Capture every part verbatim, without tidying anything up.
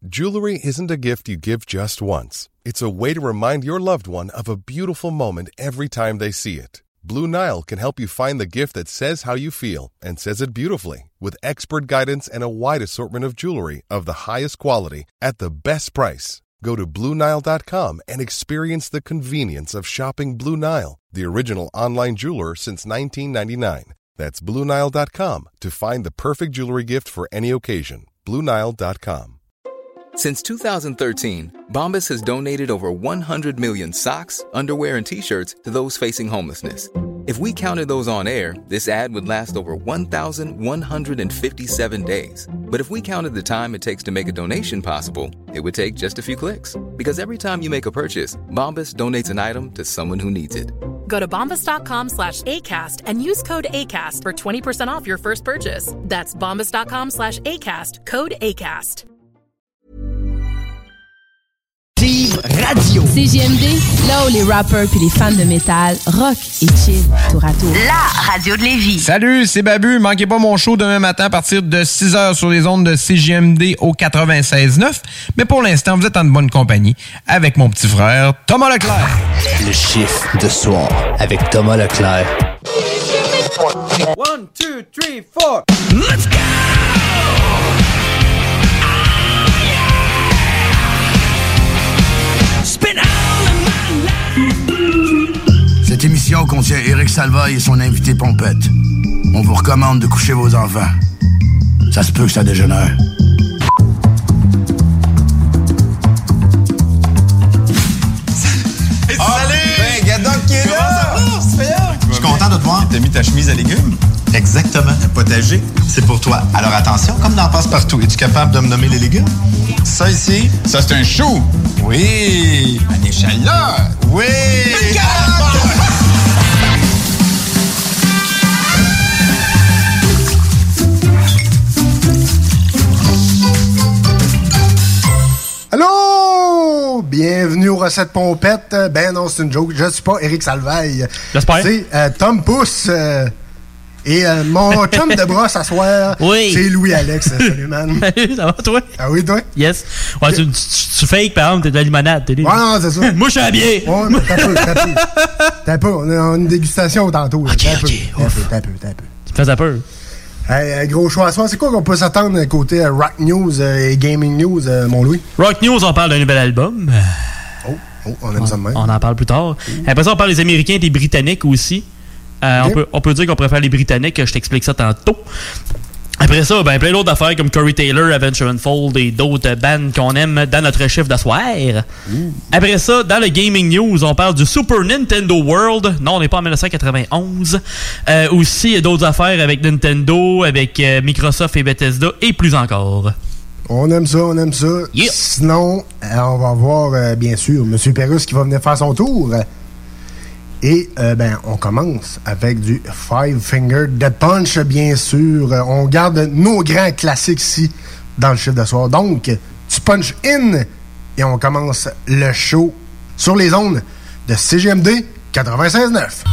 Jewelry isn't a gift you give just once. It's a way to remind your loved one of a beautiful moment every time they see it. Blue Nile can help you find the gift that says how you feel and says it beautifully, with expert guidance and a wide assortment of jewelry of the highest quality at the best price. Go to Blue Nile dot com and experience the convenience of shopping Blue Nile, the original online jeweler since nineteen ninety-nine. That's Blue Nile dot com to find the perfect jewelry gift for any occasion. Blue Nile dot com. Since two thousand thirteen, Bombas has donated over one hundred million socks, underwear, and T-shirts to those facing homelessness. If we counted those on air, this ad would last over one thousand one hundred fifty-seven days. But if we counted the time it takes to make a donation possible, it would take just a few clicks. Because every time you make a purchase, Bombas donates an item to someone who needs it. Go to bombas.com slash ACAST and use code ACAST for twenty percent off your first purchase. That's bombas.com slash ACAST, code ACAST. Radio. C J M D, là où les rappers puis les fans de métal rock et chill tour à tour. La radio de Lévis. Salut, c'est Babu. Manquez pas mon show demain matin à partir de six heures sur les ondes de C J M D au quatre-vingt-seize neuf. Mais pour l'instant, vous êtes en bonne compagnie avec mon petit frère Thomas Leclerc. Le chiffre de soir avec Thomas Leclerc. One, two, three, four. Let's go! Cette émission contient Éric Salvaille et son invité Pompette. On vous recommande de coucher vos enfants. Ça se peut que ça dégénère. Hey, oh, salut! Ben, Gadok qui est là! Je suis content de te voir. T'as mis ta chemise à légumes? Exactement. Un potager, c'est pour toi. Alors attention, comme dans Passe-Partout, es-tu capable de me nommer les légumes? Ça ici, ça c'est un chou. Oui. Un échalote. Oui. Une carotte. Allô! Bienvenue aux recettes Pompette. Ben non, c'est une joke. Je suis pas Éric Salvaille. J'espère. C'est euh, Tom Pousse. Euh, et euh, mon chum de brosse à soir, oui. C'est Louis-Alex. Salut, man. Salut, ça va, toi? Ah oui, toi? Yes. Ouais, tu, tu, tu fake, par exemple, t'es de la limonade. T'es des... Ouais, non, c'est ça. Moi, je suis habillé. Ouais, mais t'as peu, t'as peu. T'as peu. On a une dégustation tantôt. Ok, t'as ok. Peu, t'as peu, t'as peu, t'as peu. Tu me fais peur. Hey, gros choix à soir. C'est quoi qu'on peut s'attendre côté euh, Rock News euh, et Gaming News, euh, mon Louis? Rock News, on parle d'un nouvel album. Oh, oh on aime on, ça de même. On en parle plus tard. Mmh. Après ça, on parle des Américains et des Britanniques aussi. Euh, okay. on, peut, on peut dire qu'on préfère les Britanniques, je t'explique ça tantôt. Après ça, ben, plein d'autres affaires comme Corey Taylor, Avenged Sevenfold et d'autres bands qu'on aime dans notre chiffre d'asseoir. Mmh. Après ça, dans le Gaming News, on parle du Super Nintendo World. Non, on n'est pas en dix-neuf cent quatre-vingt-onze. Euh, aussi, il y a d'autres affaires avec Nintendo, avec euh, Microsoft et Bethesda et plus encore. On aime ça, on aime ça. Yeah. Sinon, euh, on va voir, euh, bien sûr, M. Pérusse qui va venir faire son tour. Et, euh, ben, on commence avec du Five Finger Death Punch, bien sûr. Euh, on garde nos grands classiques ici dans le chiffre de soir. Donc, tu punch in et on commence le show sur les ondes de C G M D quatre-vingt-seize neuf.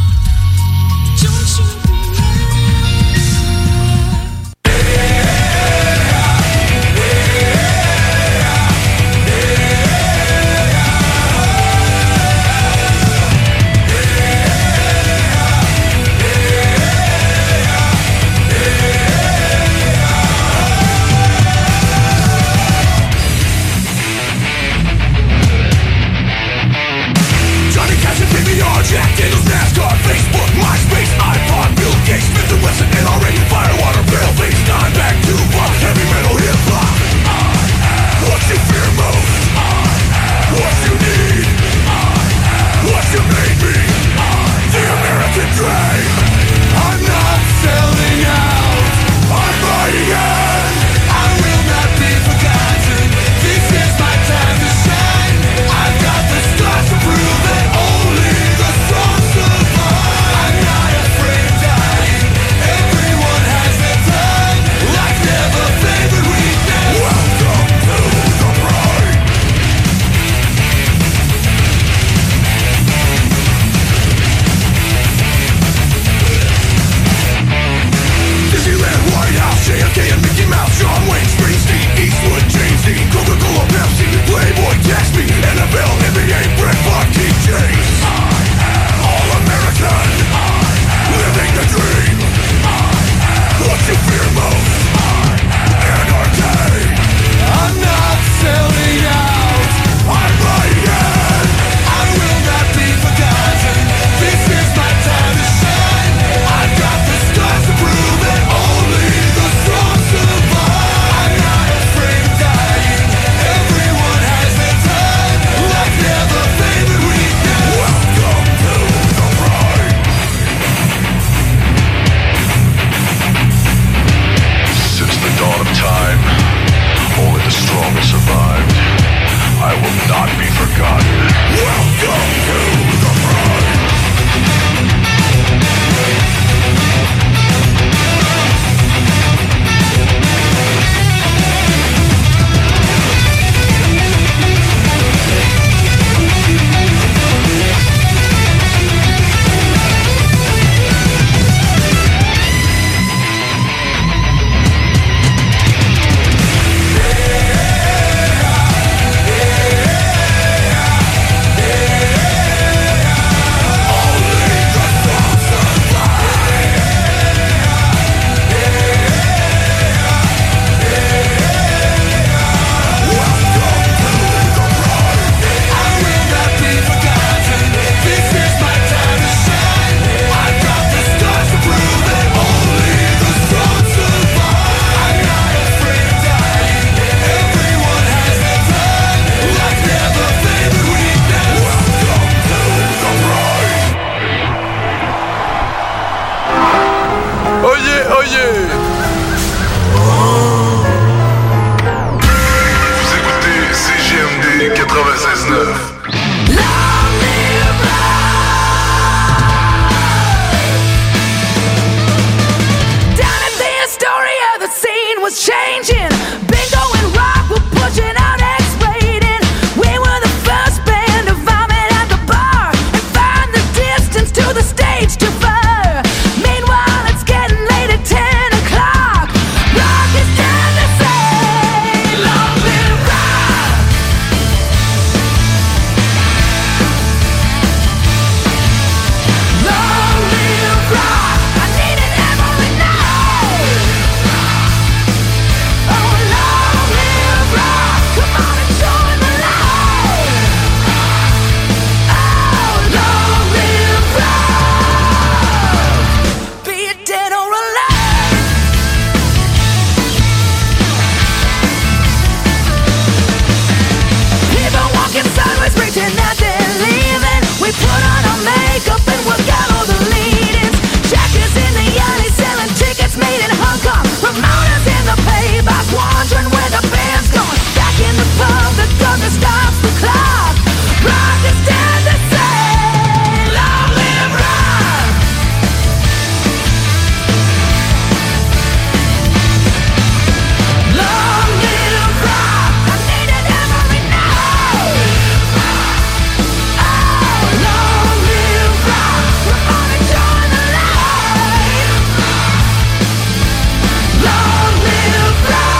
Jack Daniels NASCAR neuf. Was changing, bingo and rock were pushing out X-rated. We were the first band to vomit at the bar and find the distance to the stage too far. Meanwhile, it's getting late at ten o'clock. Rock is time to say, long live rock. Long live rock. I need it every night. Put on our makeup and work out all the lead-ins. Checkers in the alley selling tickets made in Hong Kong. Promoters in the payback wondering where the band's going. Back in the pub, the gunner stops the clock. Rock is dead to say, long live rock. Long live rock. I need it every night. Long live rock, we're gonna join the light. Long live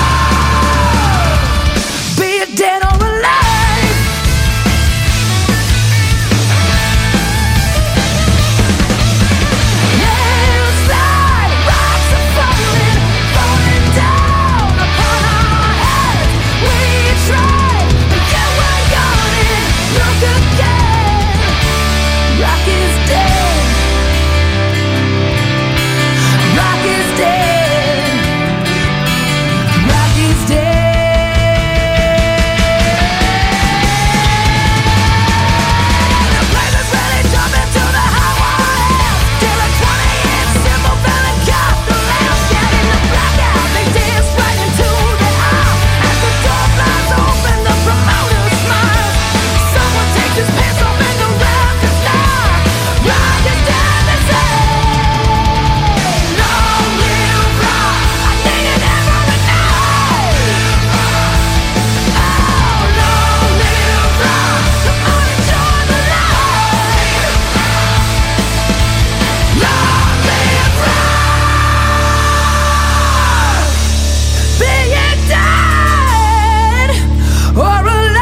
rock, be it dead or alive. Hillside, rocks are falling, falling down upon our heads. We tried, but you were yawning. Look again. Rock is dead. Rock is dead. Rock is dead. The place is really jumping to the high wire. Till a twenty-eight symbol fell and caught the lamp. Get in the blackout, they dance right into the aisle. As the door flies open, the promoter smiles. Someone takes his pants off and the rafters now. Rock is dead to say, long live rock. I need it every night. Oh, long live rock. Come on and join the light. Long live rock. Be it dead or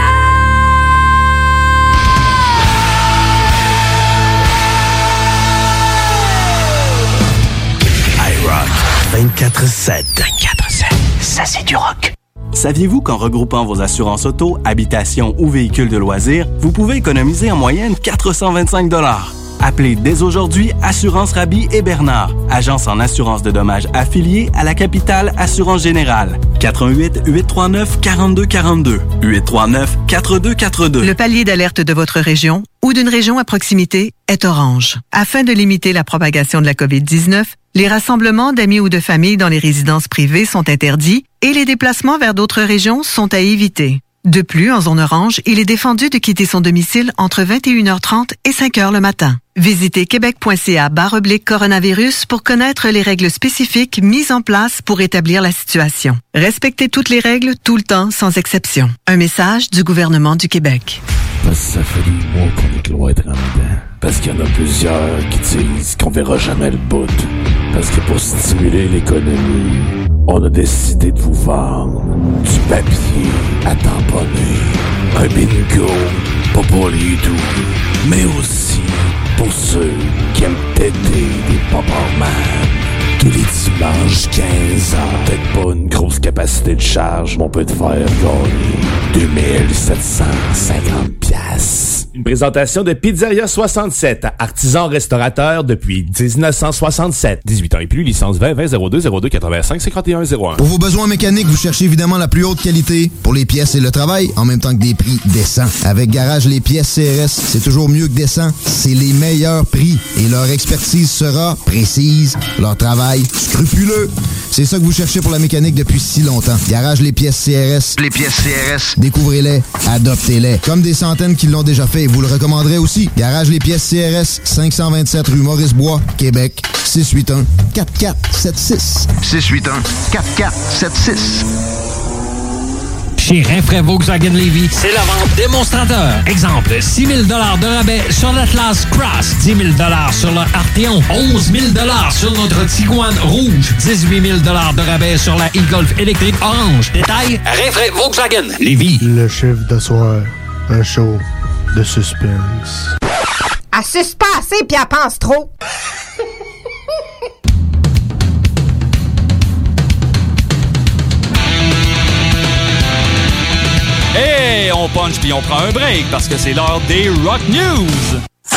iRock vingt-quatre sept. vingt-quatre sept. Ça, c'est du rock. Saviez-vous qu'en regroupant vos assurances auto, habitation ou véhicules de loisirs, vous pouvez économiser en moyenne quatre cent vingt-cinq dollars? Appelez dès aujourd'hui Assurance Rabi et Bernard, agence en assurance de dommages affiliée à la capitale Assurance Générale. quatre un huit, huit trois neuf, quatre deux quatre deux. huit trois neuf, quatre deux quatre deux. Le palier d'alerte de votre région ou d'une région à proximité est orange. Afin de limiter la propagation de la covid dix-neuf, les rassemblements d'amis ou de familles dans les résidences privées sont interdits et les déplacements vers d'autres régions sont à éviter. De plus, en zone orange, il est défendu de quitter son domicile entre vingt et une heures trente et cinq heures le matin. Visitez québec.ca barre oblique coronavirus pour connaître les règles spécifiques mises en place pour établir la situation. Respectez toutes les règles tout le temps, sans exception. Un message du gouvernement du Québec. Parce que ça fait des mois qu'on est loin de Ramadan. Parce qu'il y en a plusieurs qui disent qu'on verra jamais le bout. Parce que pour stimuler l'économie, on a décidé de vous vendre du papier à tamponner. Un bingo, pas pour les doux, mais aussi pour ceux qui aiment péter des pop-up-man. Tous les dimanches, quinze heures. Peut-être pas une grosse capacité de charge, mais on peut te faire gagner deux mille sept cent cinquante piastres. Une présentation de Pizzeria soixante-sept, artisan restaurateur depuis dix-neuf cent soixante-sept. dix-huit ans et plus, licence vingt vingt zéro deux zéro deux quatre-vingt-cinq cinquante et un zéro un. Pour vos besoins mécaniques, vous cherchez évidemment la plus haute qualité pour les pièces et le travail, en même temps que des prix décents. Avec Garage Les Pièces C R S, c'est toujours mieux que décent. C'est les meilleurs prix et leur expertise sera précise, leur travail scrupuleux. C'est ça que vous cherchez pour la mécanique depuis si longtemps. Garage Les Pièces C R S. Les pièces C R S. Découvrez-les, adoptez-les. Comme des centaines qui l'ont déjà fait, vous le recommanderez aussi. Garage Les Pièces C R S, cinq cent vingt-sept rue Maurice-Bois, Québec, six huit un, quatre quatre sept six. six huit un, quatre quatre sept six. Chez Rinfraie Volkswagen Lévy, c'est la vente démonstrateur. Exemple, six mille dollars de rabais sur l'Atlas Cross, dix mille dollars sur le Arteon, onze mille dollars sur notre Tiguan Rouge, dix-huit mille dollars de rabais sur la e-Golf électrique orange. Détail, Rinfraie Volkswagen Lévy. Le chiffre de soir, un show de suspense. Elle suce pas assez pis elle pense trop. Hey, on punch puis on prend un break parce que c'est l'heure des Rock News.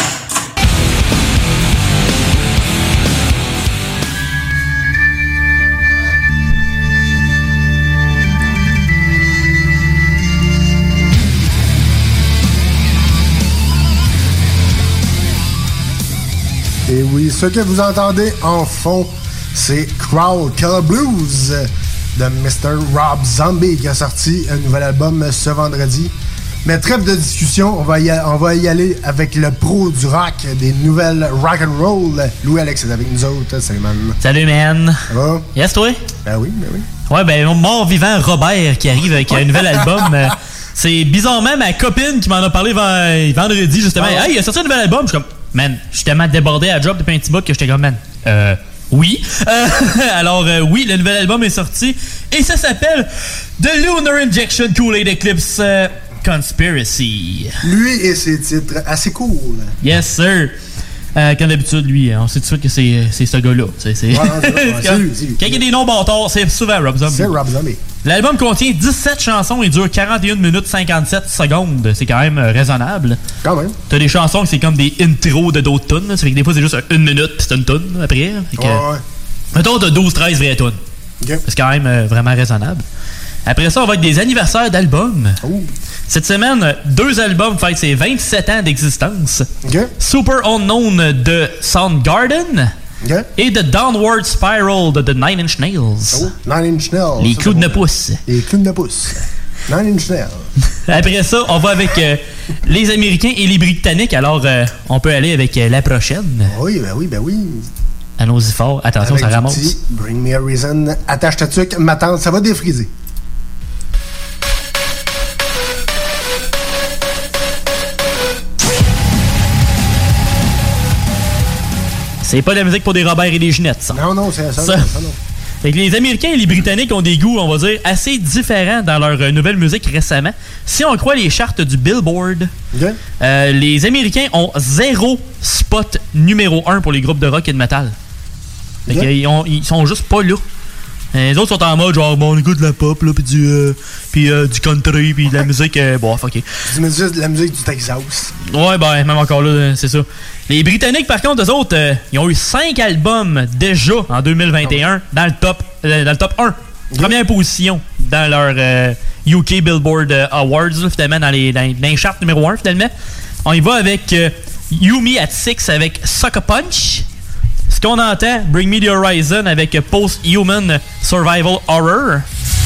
Et oui, ce que vous entendez en fond, c'est Crawl Killer Blues de mister Rob Zombie qui a sorti un nouvel album ce vendredi. Mais trêve de discussion, on va y, a, on va y aller avec le pro du rock, des nouvelles rock and roll. Louis-Alex est avec nous autres, salut man. Salut man. Ça va? Yes toi? Ben oui, ben oui. Ouais, ben mon mort-vivant Robert qui arrive avec un nouvel album. Euh, c'est bizarrement ma copine qui m'en a parlé v- vendredi justement. Ah ouais. Hey, il a sorti un nouvel album. Je suis comme, man, je suis tellement débordé à job depuis un petit bout que j'étais comme, man, euh... Oui. Euh, alors, euh, oui, le nouvel album est sorti et ça s'appelle The Lunar Injection Kool-Aid Eclipse euh, Conspiracy. Lui et ses titres assez cool. Yes, sir. Euh, comme d'habitude, lui, on sait tout de suite que c'est, c'est ce gars-là. C'est, c'est... Ouais, non, c'est, ouais, c'est lui, c'est lui. Quand il y a des noms bâtards, c'est souvent Rob Zombie. C'est Rob Zombie. L'album contient dix-sept chansons et dure quarante et une minutes cinquante-sept secondes. C'est quand même euh, raisonnable. Quand même. T'as des chansons que c'est comme des intros de d'autres tunes. Ça fait que des fois, c'est juste une minute puis c'est une tune après. Fait que, ouais, ouais. Mettons, t'as douze treize vraies tunes. Okay. C'est quand même euh, vraiment raisonnable. Après ça, on va avec des anniversaires d'albums. Oh. Cette semaine, deux albums fêtent ses vingt-sept ans d'existence. Okay. Super Unknown de Soundgarden. Okay. Et The Downward Spiral de The Nine Inch Nails. Oh, Nine Inch Nails. Les clous de neuf pouces. Les clous de neuf pouces. Nine Inch Nails. Après ça, on va avec euh, les Américains et les Britanniques. Alors, euh, on peut aller avec euh, la prochaine. Oui, ben oui, ben oui. Allons-y fort. Attention, avec ça ramasse. Petit, Bring Me a Reason. Attache ta tuque, ma tante, ça va défriser. C'est pas de la musique pour des Robert et des Ginettes, ça. Non, non, c'est ça. ça. Non, ça non. Fait que les Américains et les Britanniques ont des goûts, on va dire, assez différents dans leur euh, nouvelle musique récemment. Si on croit les chartes du Billboard, okay. euh, les Américains ont zéro spot numéro un pour les groupes de rock et de metal. Fait okay. qu'ils ont, ils sont juste pas là. Les autres sont en mode genre, bon, on écoute de la pop, là, pis du, euh, pis, euh, du country, pis de la musique, euh, bon, fuck it. Tu mets juste de la musique du Texas. Ouais, ben, même encore là, c'est ça. Les Britanniques, par contre, eux autres, euh, ils ont eu cinq albums déjà en deux mille vingt et un dans le top, euh, dans le top un. Okay. Première position dans leur euh, U K Billboard Awards, là, finalement, dans les, dans, dans les charts numéro un, finalement. On y va avec euh, You Me at Six avec Sucker Punch. Ce qu'on entend, Bring Me the Horizon avec Post-Human Survival Horror.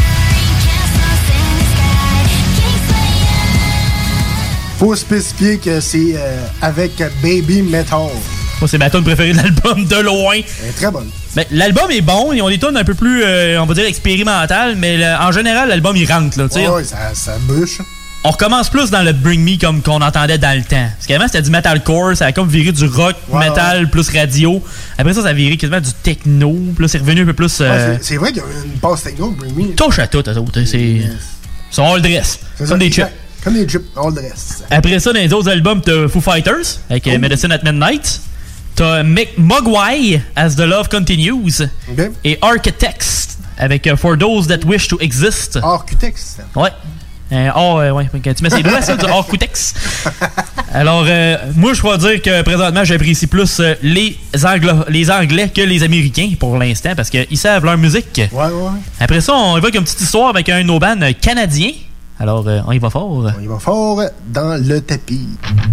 Faut spécifier que c'est euh, avec Baby Metal. Moi, c'est ma tune préférée de l'album, de loin. Elle est très bonne. Ben, l'album est bon, ils ont des tunes un peu plus, euh, on va dire, expérimentales, mais le, en général, l'album, il rentre. Là, ouais, ouais, ça, ça bûche. On recommence plus dans le Bring Me comme qu'on entendait dans le temps. Parce qu'avant, c'était du metalcore, ça a comme viré du rock, ouais, metal, ouais. plus radio. Après ça, ça a viré quasiment du techno. Puis là, c'est revenu un peu plus... Euh... Ouais, c'est, c'est vrai qu'il y a une passe techno, Bring Me. Touche à tout, eux autres. C'est... Yes. Ils sont all dress. C'est comme ça, des chips. Comme des chips, all dress. Après ça, dans les autres albums, t'as Foo Fighters, avec oh. Medicine at Midnight. T'as Mogwai, As the Love Continues. Okay. Et Architects, avec For Those That Wish to Exist. Architects. Ouais. Euh, oh, euh, ouais, quand tu mets ses doigts, c'est du Architects. Alors, euh, moi, je dois dire que présentement, j'apprécie plus euh, les, Anglo- les Anglais que les Américains pour l'instant parce qu'ils savent leur musique. Ouais, ouais. Après ça, on évoque une petite histoire avec un de nos bands canadien. Alors, euh, on y va fort. On y va fort dans le tapis.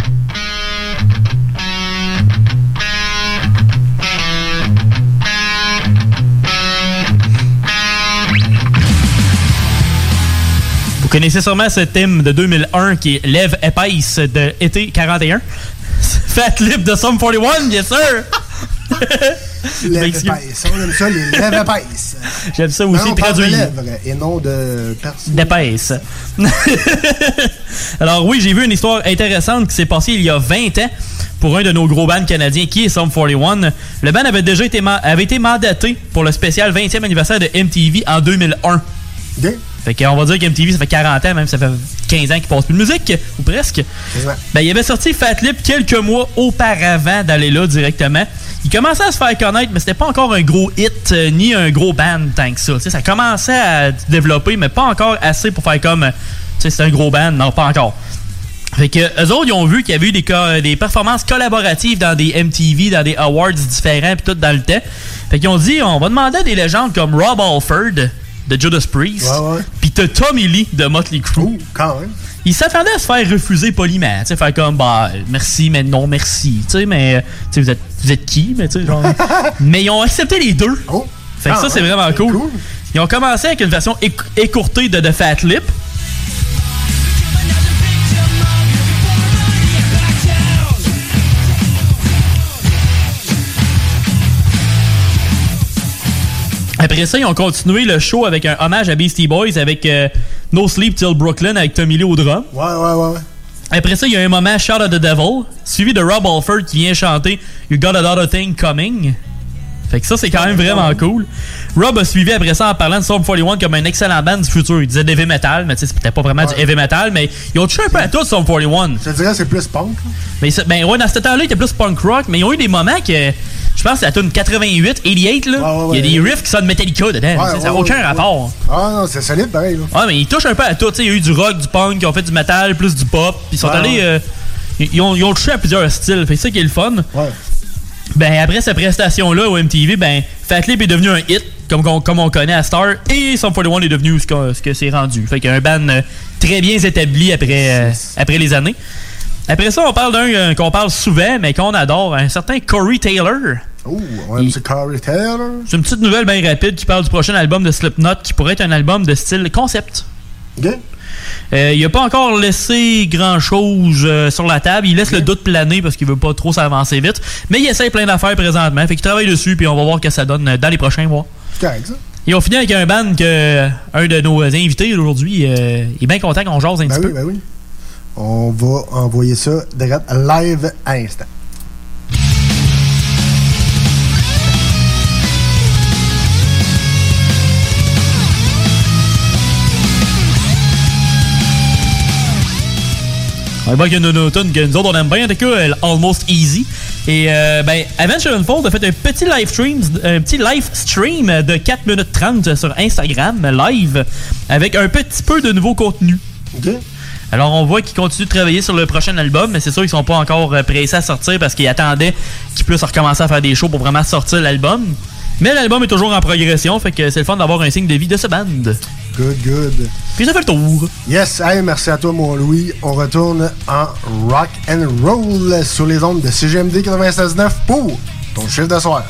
Vous connaissez sûrement ce thème de deux mille un qui est Lève épaisse de été quarante et un. Fat Lip de Sum quarante et un, yes sir! Lève épaisse, on aime ça, les lèvres épaisses. J'aime ça aussi, non, traduit. De lèvres et non de personne. D'épaisse. Alors oui, j'ai vu une histoire intéressante qui s'est passée il y a vingt ans pour un de nos gros bands canadiens qui est Sum quarante et un. Le band avait déjà été, ma- avait été mandaté pour le spécial vingtième anniversaire de M T V en deux mille un. Okay. Fait qu'on va dire qu'M T V, ça fait quarante ans, même ça fait quinze ans qu'il passe plus de musique, ou presque. Ben, il avait sorti Fat Lip quelques mois auparavant d'aller là directement. Il commençait à se faire connaître, mais c'était pas encore un gros hit, euh, ni un gros band tant que ça. T'sais, ça commençait à se développer, mais pas encore assez pour faire comme, tu sais, c'est un gros band, non, pas encore. Fait que eux autres, ils ont vu qu'il y avait eu des, co- des performances collaboratives dans des M T V, dans des awards différents, puis tout dans le temps. Fait qu'ils ont dit, on va demander à des légendes comme Rob Halford de Judas Priest, ouais, ouais. puis t'as Tommy Lee de Motley Crue. Oh, quand même. Ils s'attendaient à se faire refuser poliment, tu sais, faire comme, bah, merci, mais non, merci, tu sais, mais, tu sais, vous êtes, vous êtes qui, mais tu sais, genre. Mais ils ont accepté les deux. Oh. Fait que ah, ça, c'est ouais, vraiment c'est cool. cool. Ils ont commencé avec une version éc- écourtée de The Fat Lip. Après ça, ils ont continué le show avec un hommage à Beastie Boys avec euh, No Sleep Till Brooklyn avec Tommy Lee au drum. Ouais, ouais, ouais. Après ça, il y a un moment Shout at the Devil, suivi de Rob Halford qui vient chanter You Got Another Thing Coming. Fait que ça, c'est quand même vraiment cool. Rob a suivi après ça en parlant de Sum quarante et un comme un excellent band du futur. Il disait heavy metal, mais tu sais, c'était pas vraiment ouais. du heavy metal, mais ils ont touché un peu à tout Sum quarante et un. Je te dirais c'est plus punk. Là. Mais ben ouais, dans ce temps-là, il était plus punk rock, mais ils ont eu des moments que je pense que c'est la tune quatre-vingt-huit, quatre-vingt-huit là. Ouais, ouais, il y a ouais. des riffs qui sonnent Metallica dedans. Ouais, ça n'a ouais, aucun ouais, rapport. Ah non, c'est solide pareil. Là. Ouais, mais ils touchent un peu à tout. T'sais, il y a eu du rock, du punk, ils ont fait du metal, plus du pop. Puis ils sont ouais, allés. ouais. Euh, ils, ont, ils ont touché à plusieurs styles. Fait que c'est ça qui est le fun. Ouais. Ben après cette prestation-là au M T V, ben Fat Lip est devenu un hit, comme, on- comme on connaît à Star, et Sum quarante et un est devenu ce que, ce que c'est rendu. Fait qu'il y a un band euh, très bien établi après, euh, après les années. Après ça, on parle d'un euh, qu'on parle souvent, mais qu'on adore, un certain Corey Taylor. Oh, on aime Il- ce Corey Taylor. C'est une petite nouvelle bien rapide qui parle du prochain album de Slipknot, qui pourrait être un album de style concept. OK. Euh, il a pas encore laissé grand-chose euh, sur la table. Il laisse le doute planer parce qu'il veut pas trop s'avancer vite. Mais il essaie plein d'affaires présentement. Fait qu'il travaille dessus, puis on va voir ce que ça donne euh, dans les prochains mois. C'est correct, ça. Et on finit avec un band que euh, un de nos invités aujourd'hui euh, est bien content qu'on jase un Ben petit oui, peu. ben oui. On va envoyer ça direct live à instant. On va avec une automne que nous autres on aime bien, en tout cas, euh, Almost Easy. Et euh, ben, Avenged Sevenfold a fait un petit live stream, un petit live stream de quatre minutes trente sur Instagram, live, avec un petit peu de nouveau contenu. OK. Alors on voit qu'ils continuent de travailler sur le prochain album, mais c'est sûr qu'ils sont pas encore euh, pressés à sortir parce qu'ils attendaient qu'ils puissent recommencer à faire des shows pour vraiment sortir l'album. Mais l'album est toujours en progression, fait que c'est le fun d'avoir un signe de vie de ce band. Good, good. Puis ça fait le tour. Yes, hey, merci à toi, mon Louis. On retourne en rock and roll sur les ondes de C G M D quatre-vingt-seize neuf pour ton chiffre de soir.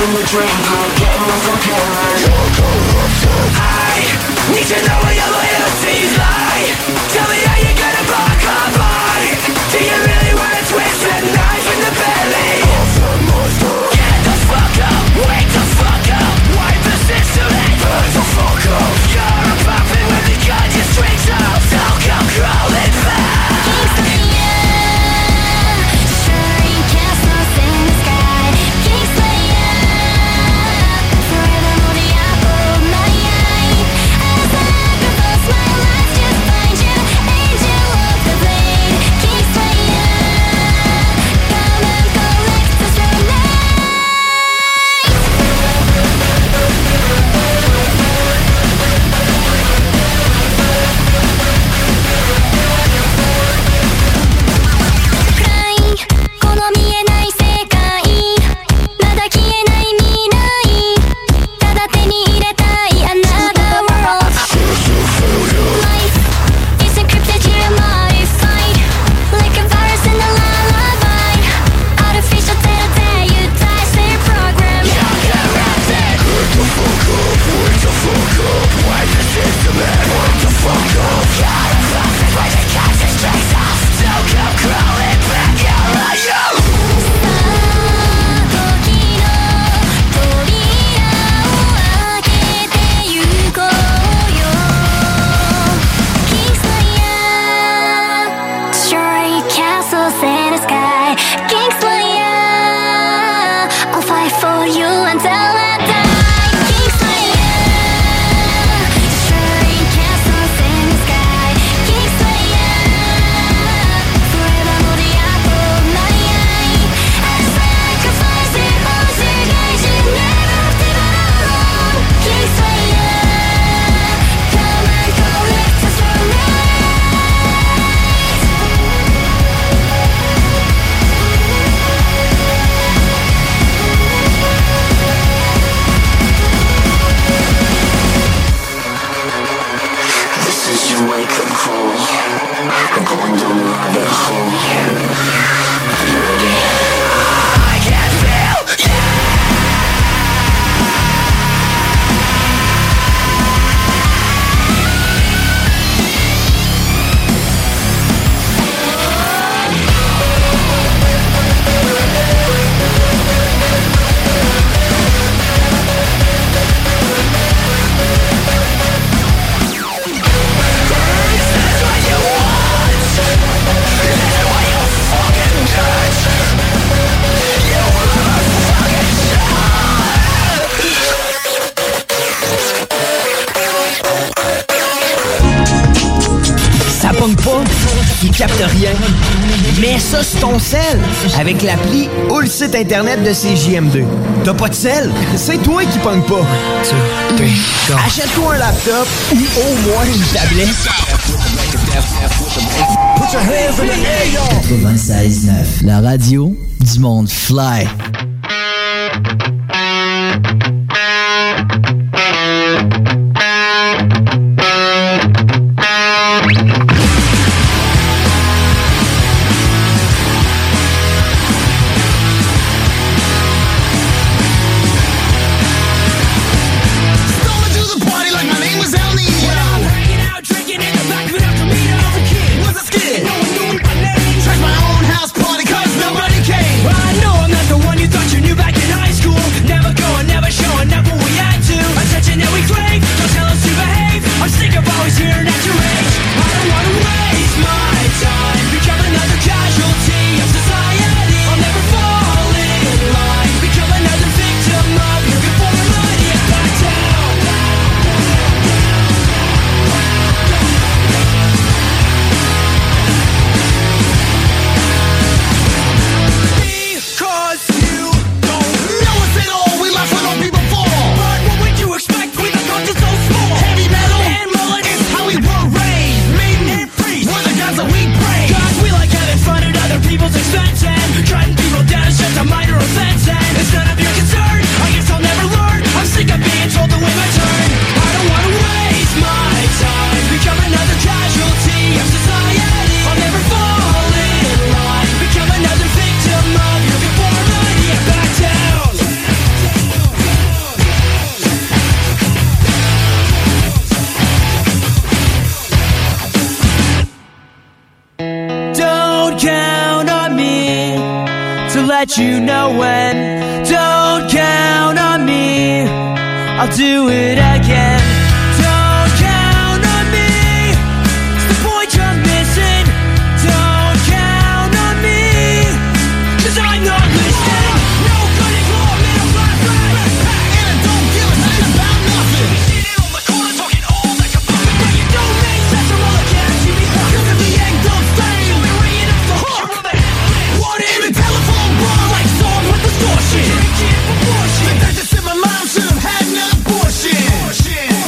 in the drink, I'm getting myself killed. I need to know where your loyalties lie. Tell me how you're gonna block a fight. Do you really wanna twist a knife in the belly? Get the fuck up, wake the fuck up. Wipe the system and burn the fuck up. You're a puppet with the gun you strings up. So come crawling back. Ton sel avec l'appli ou le site internet de C J M deux. T'as pas de sel? C'est toi qui pogne pas. Achète-toi un laptop ou au moins une tablette. quatre-vingt-seize neuf, la radio du monde fly. I know I'm not the one you let you know when. Don't count on me, I'll do it again. Don't count on me, it's the point you're missing. Don't count on me, cause I'm not listening. No cutting claw, middle class backpack, and I don't give a shit about nothing. Sitting on the corner talking all that kabaka, but you don't make sense from all the cash you be fucking. Cause if the egg don't stay, you'll be ringing up the hook. What in the telephone bar like songs with distortion? Drinking proportion, but that just in my mind should have had an abortion.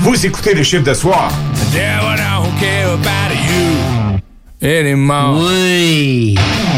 Vous écoutez le chiffre de soir. Yeah, well, I don't care about you anymore. Oui.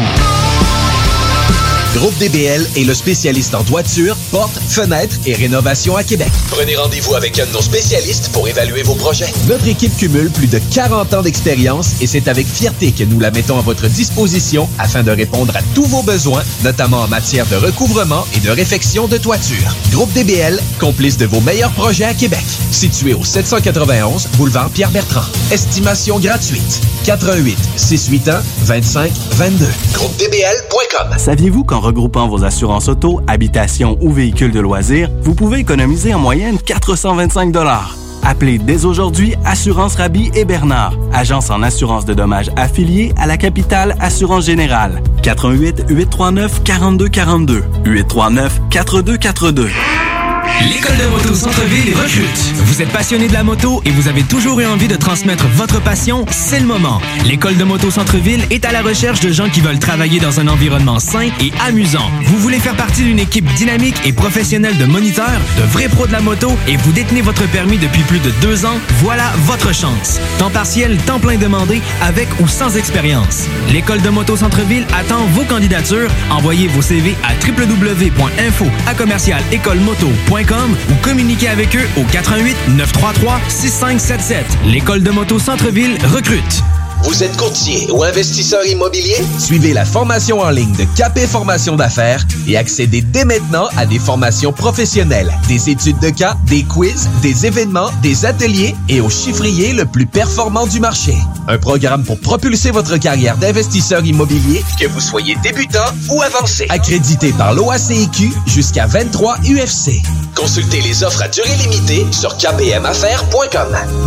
Groupe D B L est le spécialiste en toiture, portes, fenêtres et rénovation à Québec. Prenez rendez-vous avec un de nos spécialistes pour évaluer vos projets. Notre équipe cumule plus de quarante ans d'expérience et c'est avec fierté que nous la mettons à votre disposition afin de répondre à tous vos besoins, notamment en matière de recouvrement et de réfection de toiture. Groupe D B L, complice de vos meilleurs projets à Québec. Situé au sept cent quatre-vingt-onze boulevard Pierre-Bertrand. Estimation gratuite. quatre un huit, six huit un, vingt-cinq vingt-deux. groupe d b l point com. Saviez-vous qu'en regroupant vos assurances auto, habitation ou véhicules de loisirs, vous pouvez économiser en moyenne quatre cent vingt-cinq dollars? Appelez dès aujourd'hui Assurance Rabi et Bernard, agence en assurance de dommages affiliée à la capitale Assurance Générale. quatre un huit, huit trois neuf, quatre deux quatre deux. huit trois neuf, quatre deux quatre deux. L'école de moto Centre-Ville recrute. Vous êtes passionné de la moto et vous avez toujours eu envie de transmettre votre passion, c'est le moment. L'école de moto Centre-Ville est à la recherche de gens qui veulent travailler dans un environnement sain et amusant. Vous voulez faire partie d'une équipe dynamique et professionnelle de moniteurs, de vrais pros de la moto et vous détenez votre permis depuis plus de deux ans? Voilà votre chance. Temps partiel, temps plein demandé, avec ou sans expérience. L'école de moto Centre-Ville attend vos candidatures. Envoyez vos C V à w w w point info à commercial école moto point com ou communiquez avec eux au quatre un huit, neuf trois trois, six cinq sept sept. L'école de moto Centre-Ville recrute. Vous êtes courtier ou investisseur immobilier? Suivez la formation en ligne de Capé Formation d'affaires et accédez dès maintenant à des formations professionnelles, des études de cas, des quiz, des événements, des ateliers et au chiffrier le plus performant du marché. Un programme pour propulser votre carrière d'investisseur immobilier, que vous soyez débutant ou avancé. Accrédité par l'O A C I Q jusqu'à vingt-trois U F C. Consultez les offres à durée limitée sur k p m affaires point com.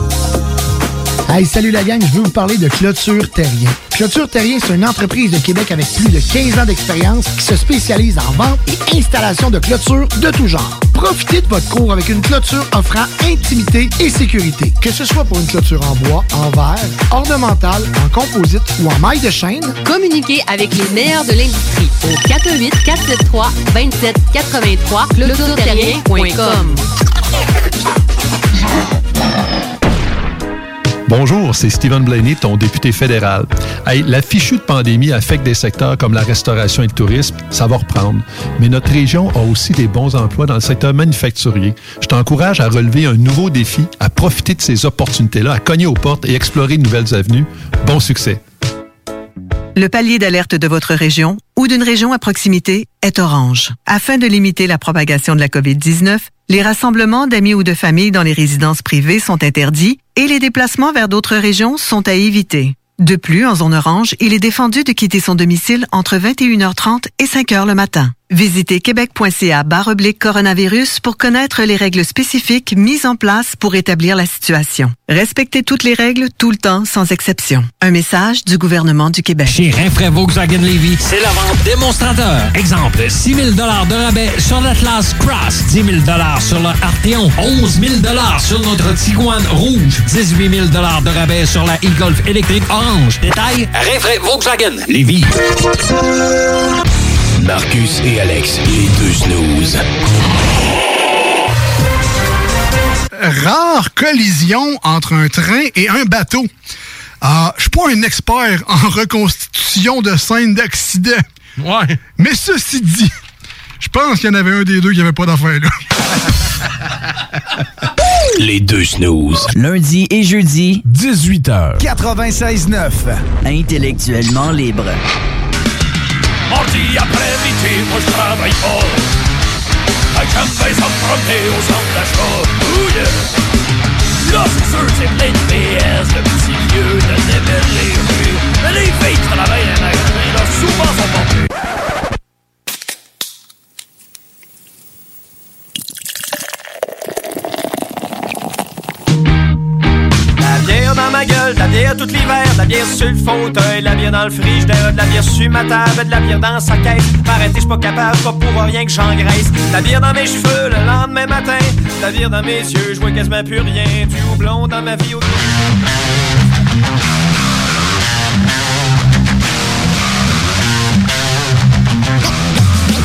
Hey, salut la gang, je veux vous parler de Clôture Terrien. Clôture Terrien, c'est une entreprise de Québec avec plus de quinze ans d'expérience qui se spécialise en vente et installation de clôtures de tout genre. Profitez de votre cour avec une clôture offrant intimité et sécurité. Que ce soit pour une clôture en bois, en verre, ornementale, en composite ou en maille de chaîne, communiquez avec les meilleurs de l'industrie au quatre un huit, quatre sept trois, deux sept quatre trois, clôture terrien point com. Bonjour, c'est Stephen Blaney, ton député fédéral. Hey, la fichue de pandémie affecte des secteurs comme la restauration et le tourisme, ça va reprendre. Mais notre région a aussi des bons emplois dans le secteur manufacturier. Je t'encourage à relever un nouveau défi, à profiter de ces opportunités-là, à cogner aux portes et explorer de nouvelles avenues. Bon succès! Le palier d'alerte de votre région ou d'une région à proximité est orange. Afin de limiter la propagation de la covid dix-neuf, les rassemblements d'amis ou de familles dans les résidences privées sont interdits et les déplacements vers d'autres régions sont à éviter. De plus, en zone orange, il est défendu de quitter son domicile entre vingt et une heures trente et cinq heures le matin. Visitez québec point c a barre oblique coronavirus pour connaître les règles spécifiques mises en place pour établir la situation. Respectez toutes les règles tout le temps, sans exception. Un message du gouvernement du Québec. Chez Rinfraie Volkswagen Lévy, c'est la vente démonstrateur. Exemple, six mille dollars de rabais sur l'Atlas Cross, dix mille dollars sur le Arteon, onze mille dollars sur notre Tiguan Rouge, dix-huit mille dollars de rabais sur la e-Golf électrique orange. Détail, Rinfraie Volkswagen Lévy. Marcus et Alex, les deux snooze. Rare collision entre un train et un bateau. Ah, je suis pas un expert en reconstitution de scènes d'accident. Ouais. Mais ceci dit, je pense qu'il y en avait un des deux qui avait pas d'affaire là. Les deux snooze. Lundi et jeudi, dix-huit heures. quatre-vingt-seize neuf. Intellectuellement libre. Mardi après-midi, moi je travaille pas. Un café sans promener au centre d'achat. Oh yeah! Là, c'est sûr, c'est plein de P S, le petit lieu de démêler rues. Mais les filles qui travaillent à un magasin, là, souvent sont pompées. La bière dans ma gueule, de la bière tout l'hiver, de la bière sur le fauteuil, de la bière dans le frigidaire, de la bière sur ma table, de la bière dans sa caisse. M'arrêter, j'suis pas capable, pas pour rien que j'engraisse. De la bière dans mes cheveux le lendemain matin, de la bière dans mes yeux, j'vois quasiment plus rien. Du houblon dans ma vie au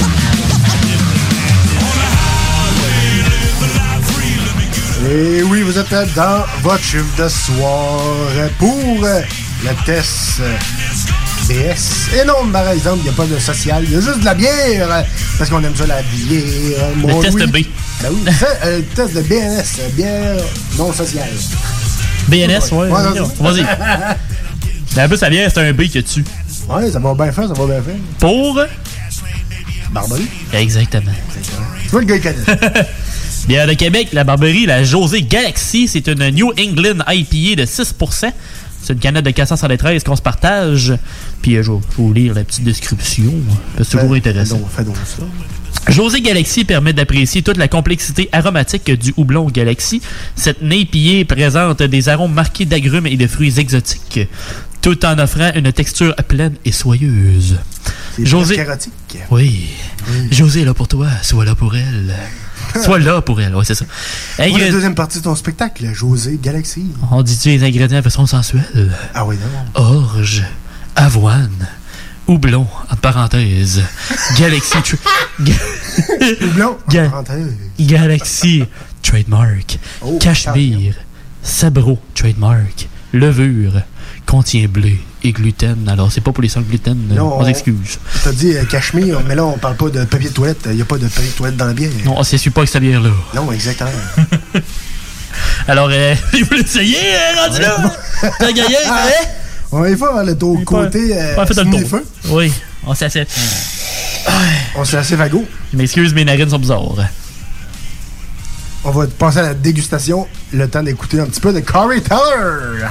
Et oui, vous êtes dans votre chiffre de soir pour euh, le test euh, B S. Et non, par exemple, il n'y a pas de social, il y a juste de la bière, euh, parce qu'on aime ça, la bière. Le Mon test Louis. B. Ben oui, c'est euh, le test de B N S, euh, bière non sociale. B N S, ouais. Ouais, ouais, vas-y. Mais en plus, la bière, c'est un B que tu. Ouais, ça va bien faire, ça va bien faire. Pour? Barberie. Exactement. Tu vois le gars, il connaît. Bière de Québec, la Barberie, la José Galaxy, c'est une New England I P A de six pour cent. C'est une canette de quatre cent soixante-treize qu'on se partage. Puis euh, je vais vous lire la petite description. C'est toujours intéressant. Fais donc, fais donc ça. José Galaxy permet d'apprécier toute la complexité aromatique du houblon Galaxy. Cette N I P A présente des arômes marqués d'agrumes et de fruits exotiques, tout en offrant une texture pleine et soyeuse. C'est José... carotique. Oui. oui. José est là pour toi, sois là pour elle. Sois là pour elle, ouais, c'est ça. Pour la deuxième partie de ton spectacle, José Galaxy. On dit-tu les ingrédients de façon sensuelle? Ah oui, non. Orge, avoine, houblon, en parenthèse, Galaxy... houblon, Ga en parenthèse. Galaxy, trademark. Oh, Cachemire, sabro, trademark. Levure, contient blé et gluten. Alors, c'est pas pour les sans gluten, non, on s'excuse. T'as dit euh, cachemire, mais là, on parle pas de papier de toilette. Il n'y a pas de papier de toilette dans la bière. Non, on s'essuie pas avec cette bière-là. Non, exactement. Alors, euh, il faut l'essayer, hein, rendu là? T'as gagné, hein? On va y faire le tour côté euh, pas fait le tour. feu. Oui, on s'est assez... On s'est assez vago. Je m'excuse, mes narines sont bizarres. On va passer à la dégustation. Le temps d'écouter un petit peu de Corey Taylor.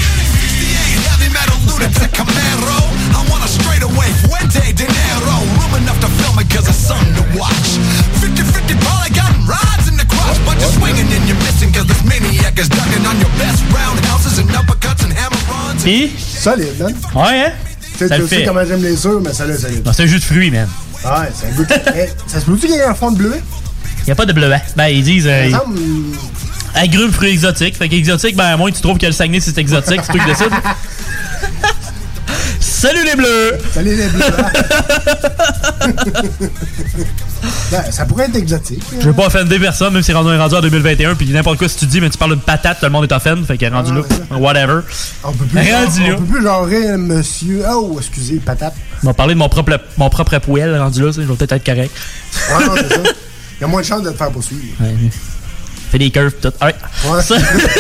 Pis? Solide, hein? Ouais, hein? Tu Ça le sais fait. comment j'aime les œufs, mais ça là, solide. Non, c'est un jus de fruits, man. Ouais, c'est un goût de... Hey, ça se peut-tu qu'il y ait un fond de bleu? Il a pas de bleuet. Ben, ils disent... Euh, Par exemple, agrumes, fruits exotiques. Fait qu'exotique, ben, à moins que tu trouves que le Saguenay, c'est exotique. C'est toi qui décides. Salut les bleus! Salut les bleus! Ben, ça pourrait être exotique. Je veux pas offender personne, même si c'est rendu un rendu en deux mille vingt et un, puis n'importe quoi si tu dis, mais tu parles de patate, tout le monde est offend, fait qu'il est rendu Ah, là. Whatever. On peut plus, rendu genre, là. on peut plus genrer monsieur... Oh, excusez, patate. On va parler de mon propre, mon propre poêle rendu là, ça, je vais peut-être être correct. Ouais, non, c'est ça. Il y a moins de chances de te faire poursuivre. Ouais. Fais des curves, tout. Alright. Ouais. Ça...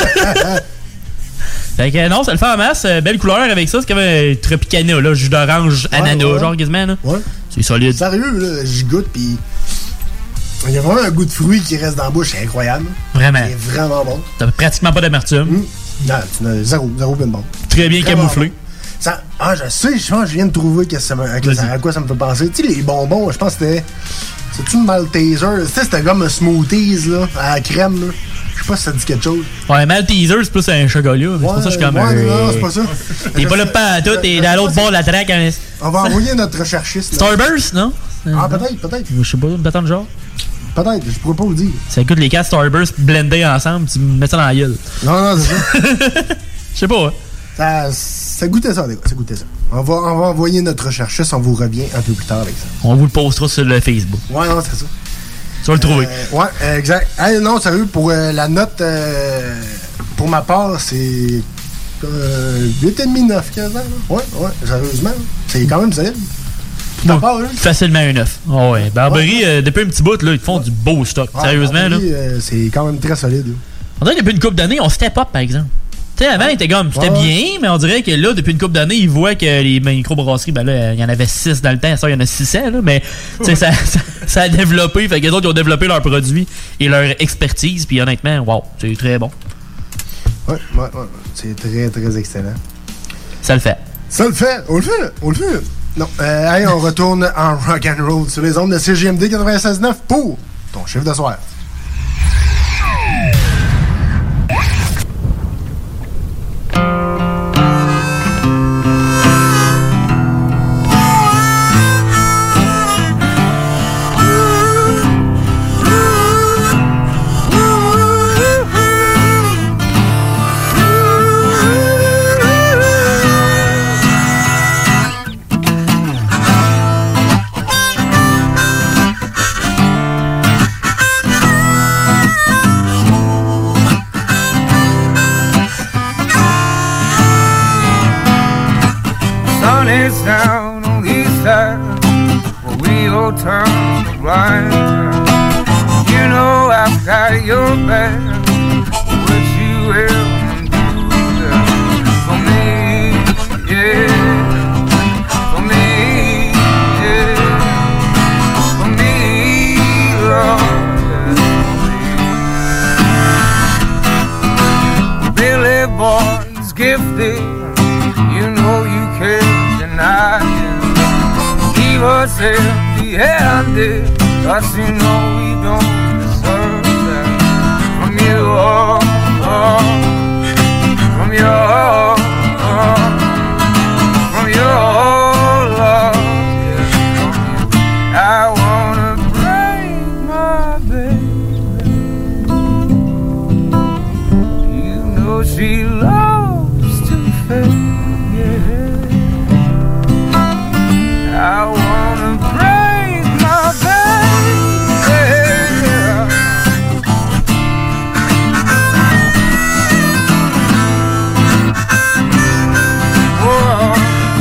Fait que non, ça le fait en masse. Euh, belle couleur avec ça. C'est comme un Tropicana, là. Jus d'orange, Ouais, ananas, ouais. genre quasiment, là. Ouais. C'est solide. Sérieux, là, j'y goûte, pis... Il y a vraiment un goût de fruit qui reste dans la bouche, c'est incroyable. Vraiment. C'est vraiment bon. T'as pratiquement pas d'amertume. Mmh. Non, tu n'as zéro, zéro plein de bon. Très bien Vraiment camouflé. bon. Ça, ah, je sais, je pense que je viens de trouver que ça me, à, que ça- à quoi ça me fait penser. Tu sais, les bonbons, je pense que c'était... C'est-tu une Malteser? Tu sais, c'était comme un smoothies, là, à la crème, là. Je sais pas si ça dit quelque chose. Ouais, Malteser, c'est plus un chocolat. C'est pour ça que je suis comme. ouais, euh, non, c'est pas ça. T'es pas là pas à tout, t'es dans l'autre bord de la traque. Hein. On va envoyer notre recherchiste. là. Starburst, non? Ah, peut-être, peut-être. Je sais pas, une patente genre. Peut-être, je pourrais pas vous dire. Ça coûte les quatre Starburst blendés ensemble, tu mets ça dans la gueule. Non, non, c'est ça. Je sais pas, hein. ça. Ça goûtait ça, les gars, ça goûtait ça. On va, on va envoyer notre recherchiste, on vous revient un peu plus tard avec ça. On vous le postera sur le Facebook. Ouais, non, c'est ça. Tu vas le trouver. Euh, ouais, euh, exact. Hey, non, sérieux, pour euh, la note, euh, pour ma part, c'est euh, huit virgule cinq neuf quinze ans. Là. Ouais, ouais, sérieusement. C'est quand même solide. Pour ta part, là. Facilement un neuf. Oh ouais. Barberie, Ouais. euh, depuis un petit bout, là, ils font du beau stock. Ouais, Sérieusement, là. Barberie, euh, c'est quand même très solide. Là. On dirait que depuis une couple d'années, on step up, par exemple. Tu sais, avant, il était comme, c'était Ouais, ouais. bien, mais on dirait que là, depuis une couple d'années, ils voient que les microbrasseries, ben là, il y en avait six dans le temps, ça, il y en a six cents, là, mais tu sais, ça, ça, ça a développé, fait que les autres, ils ont développé leurs produits et leur expertise, puis honnêtement, wow, c'est très bon. Ouais, ouais, ouais. C'est très, très excellent. Ça le fait. Ça le fait, on le fait, on le fait. Non, euh, allez, on retourne en rock and roll sur les ondes de C G M D quatre-vingt-seize neuf pour ton chiffre de soir. I've got your back. What you will do for me, yeah, for me, yeah, for me, Lord, yeah, for me. Billy Boy's gifted, you know you can't deny it. He was empty-handed, 'cause you know we don't deserve that from you, oh, oh, from your, oh, oh, from your love, yeah, from you. I wanna break my baby. You know she loves to fake, yeah. I wanna break my baby. Whoa.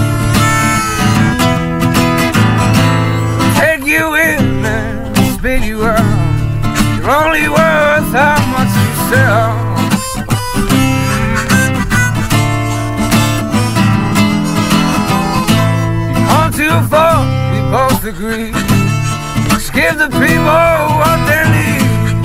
Take you in and spit you out. You're only worth how much you sell. You've gone too far, we both agree. Just give the people what they need.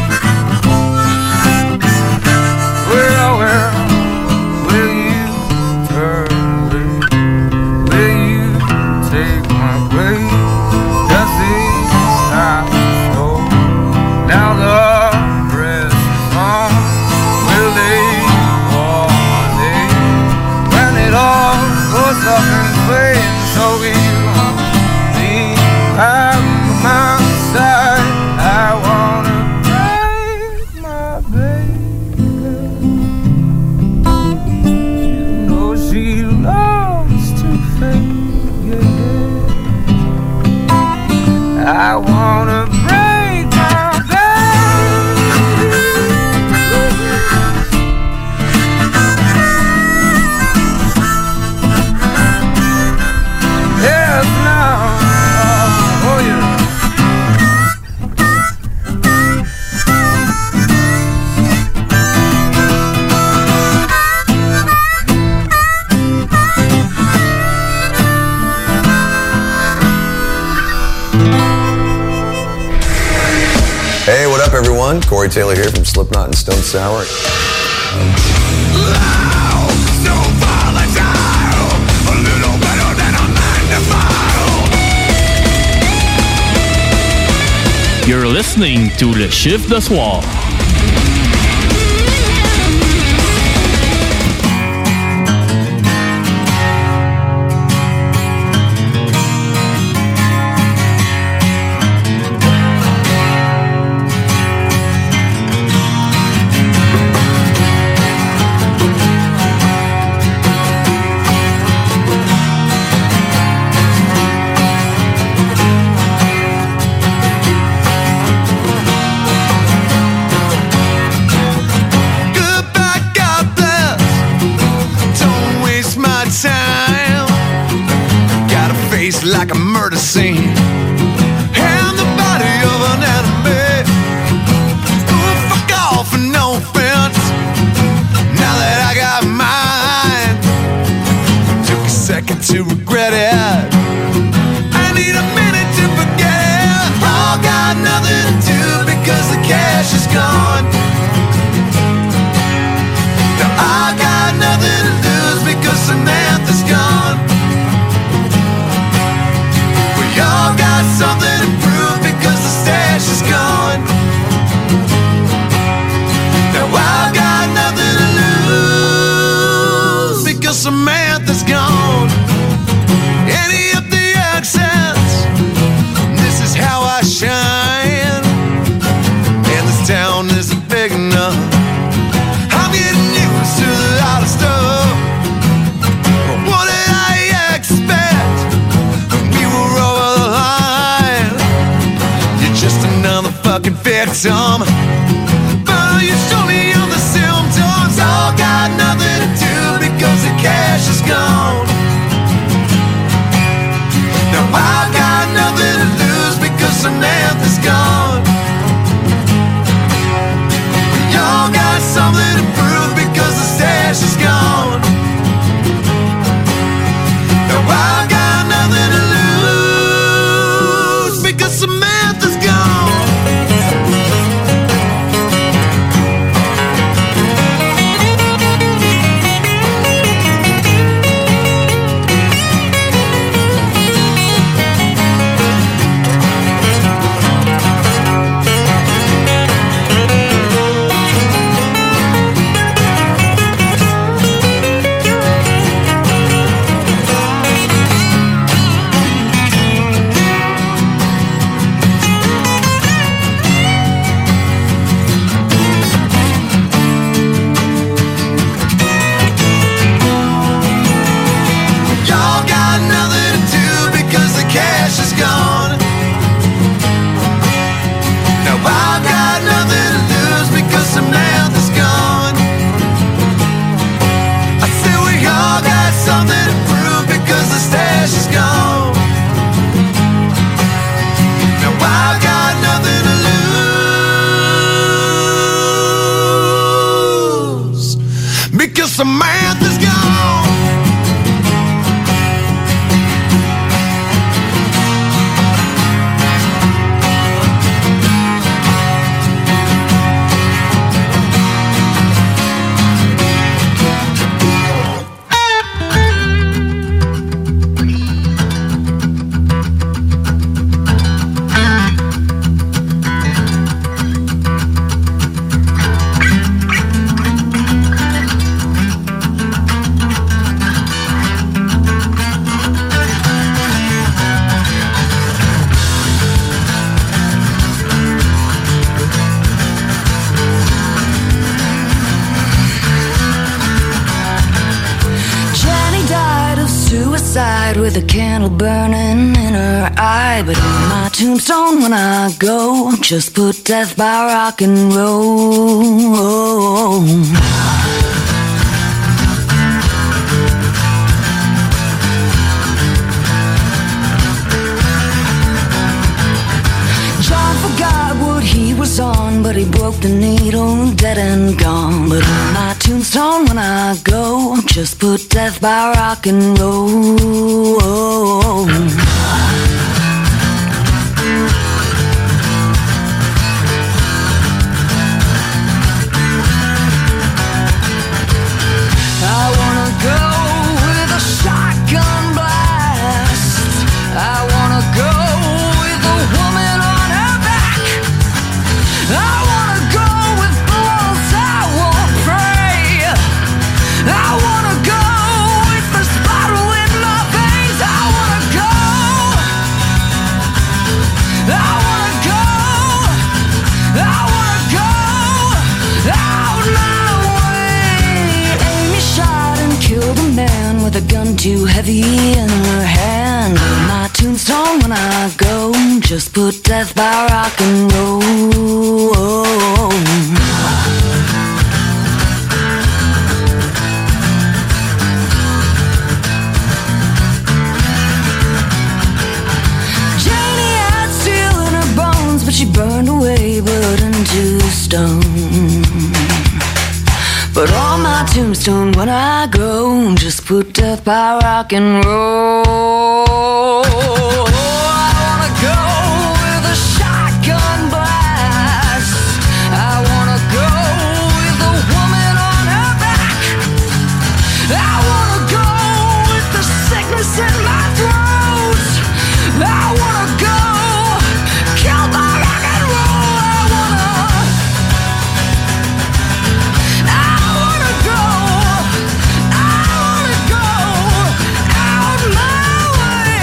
Well, well, will you turn away? Will you take my place? Does this time slow? Now the rest is on. Will they fall one day? When it all goes up in flames, so will you be by my side? I wanna break my baby. You know she loves to fake, yeah. I wanna break my baby. Yes, now, oh yeah. Hey, what up, everyone? Corey Taylor here from Slipknot and Stone Sour. You're listening to Le Chiffre de Soir. Like a murder scene and the body of an enemy. Oh, fuck off and no offense. Now that I got mine, took a second to regret it. I need a minute to forget it. All got nothing to do because the cash is gone. Now I got nothing to lose because Samantha's gone. Y'all got something to prove because the stash is gone. Now I've got nothing to lose because Samantha's gone. Any of the accents, this is how I shine. And this town isn't big enough. I'm getting used to the lot of stuff. What did I expect? Fucking victim, but you show me all the symptoms. All got nothing to do because the cash is gone. Now I've got nothing to lose because Samantha's gone. Samantha's gone. With a candle burning in her eye, but on my tombstone when I go, just put death by rock and roll. John forgot what he was on, but he broke the needle, dead and gone. But on my tombstone when I go, just put death by rock and roll. I wanna go with a shotgun blast. I wanna go with a woman on her back. I wanna go with bulls, I won't pray. I wanna go with this bottle in my veins. I wanna go. I wanna go. I wanna go out my way. Amy shot and killed a man with a gun too heavy in her hand. On my tombstone when I go, just put death by rock and roll. Janie had steel in her bones, but she burned away, but into stone. But on my tombstone when I go, just put death by rock and roll. I wanna go with a shotgun blast. I wanna go with a woman on her back. I wanna go with the sickness in my throat. I wanna go killed by rock and roll. I wanna I wanna go, I wanna go out my way.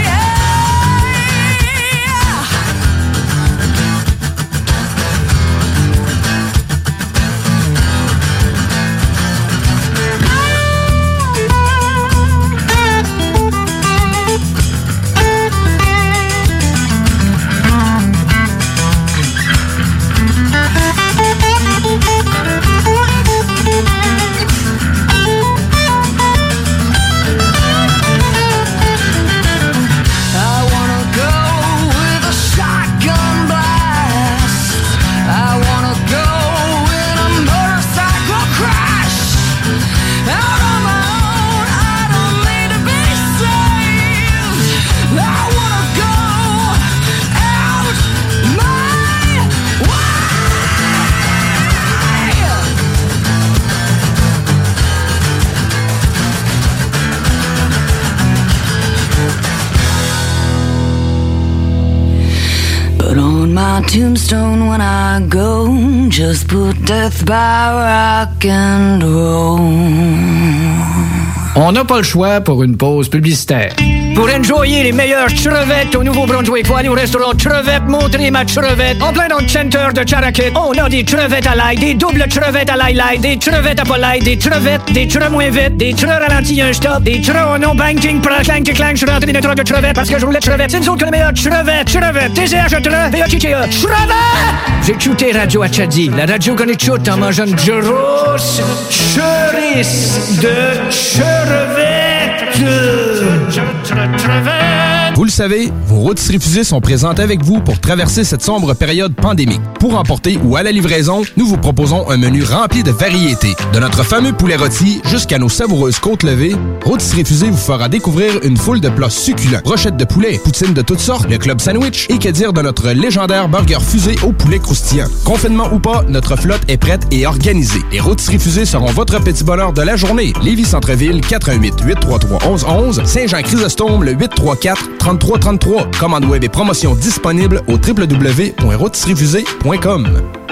I wanna go with a shotgun blast. I wanna go in a motorcycle crash. Out on my own, I don't need to be saved. I wanna go out my way. But on my tombstone when I go, just put death by rock and roll. On n'a pas le choix pour une pause publicitaire. Pour enjoyer les meilleures crevettes au Nouveau-Brunswick, faut aller au restaurant Crevette, montrer ma crevette. En plein dans le centre de Charakit, on a des crevettes à l'ail, des doubles crevettes à l'ail-l'ail, des crevettes à pas l'ail, des crevettes, des creux moins vite, des creux ralentis un stop, des creux au non-banking, pour la clang que clang, je suis rentré dans les trucs de crevettes parce que je roulais crevettes. C'est nous autres qui ont les meilleures crevettes, crevettes, T C H E T R E V A T T E, crevettes! J'ai écouté Radio Achadi, la radio qu'on écoute en mangeant une grosse cherice de crevettes. Crevette! Vous le savez, vos rôtisseries fusées sont présentes avec vous pour traverser cette sombre période pandémique. Pour emporter ou à la livraison, nous vous proposons un menu rempli de variétés. De notre fameux poulet rôti jusqu'à nos savoureuses côtes levées, Rôtisserie Fusée vous fera découvrir une foule de plats succulents. Brochettes de poulet, poutines de toutes sortes, le club sandwich et que dire de notre légendaire burger fusée au poulet croustillant. Confinement ou pas, notre flotte est prête et organisée. Les Rôtisseries Fusées seront votre petit bonheur de la journée. Lévis Centreville, quatre un huit, huit trois trois, un un un un. Saint-Jean-Chrysostome, le huit trois quatre, trente-trois trente-trois. Commande web et promotion disponible au w w w point rôtisserie fusée point com.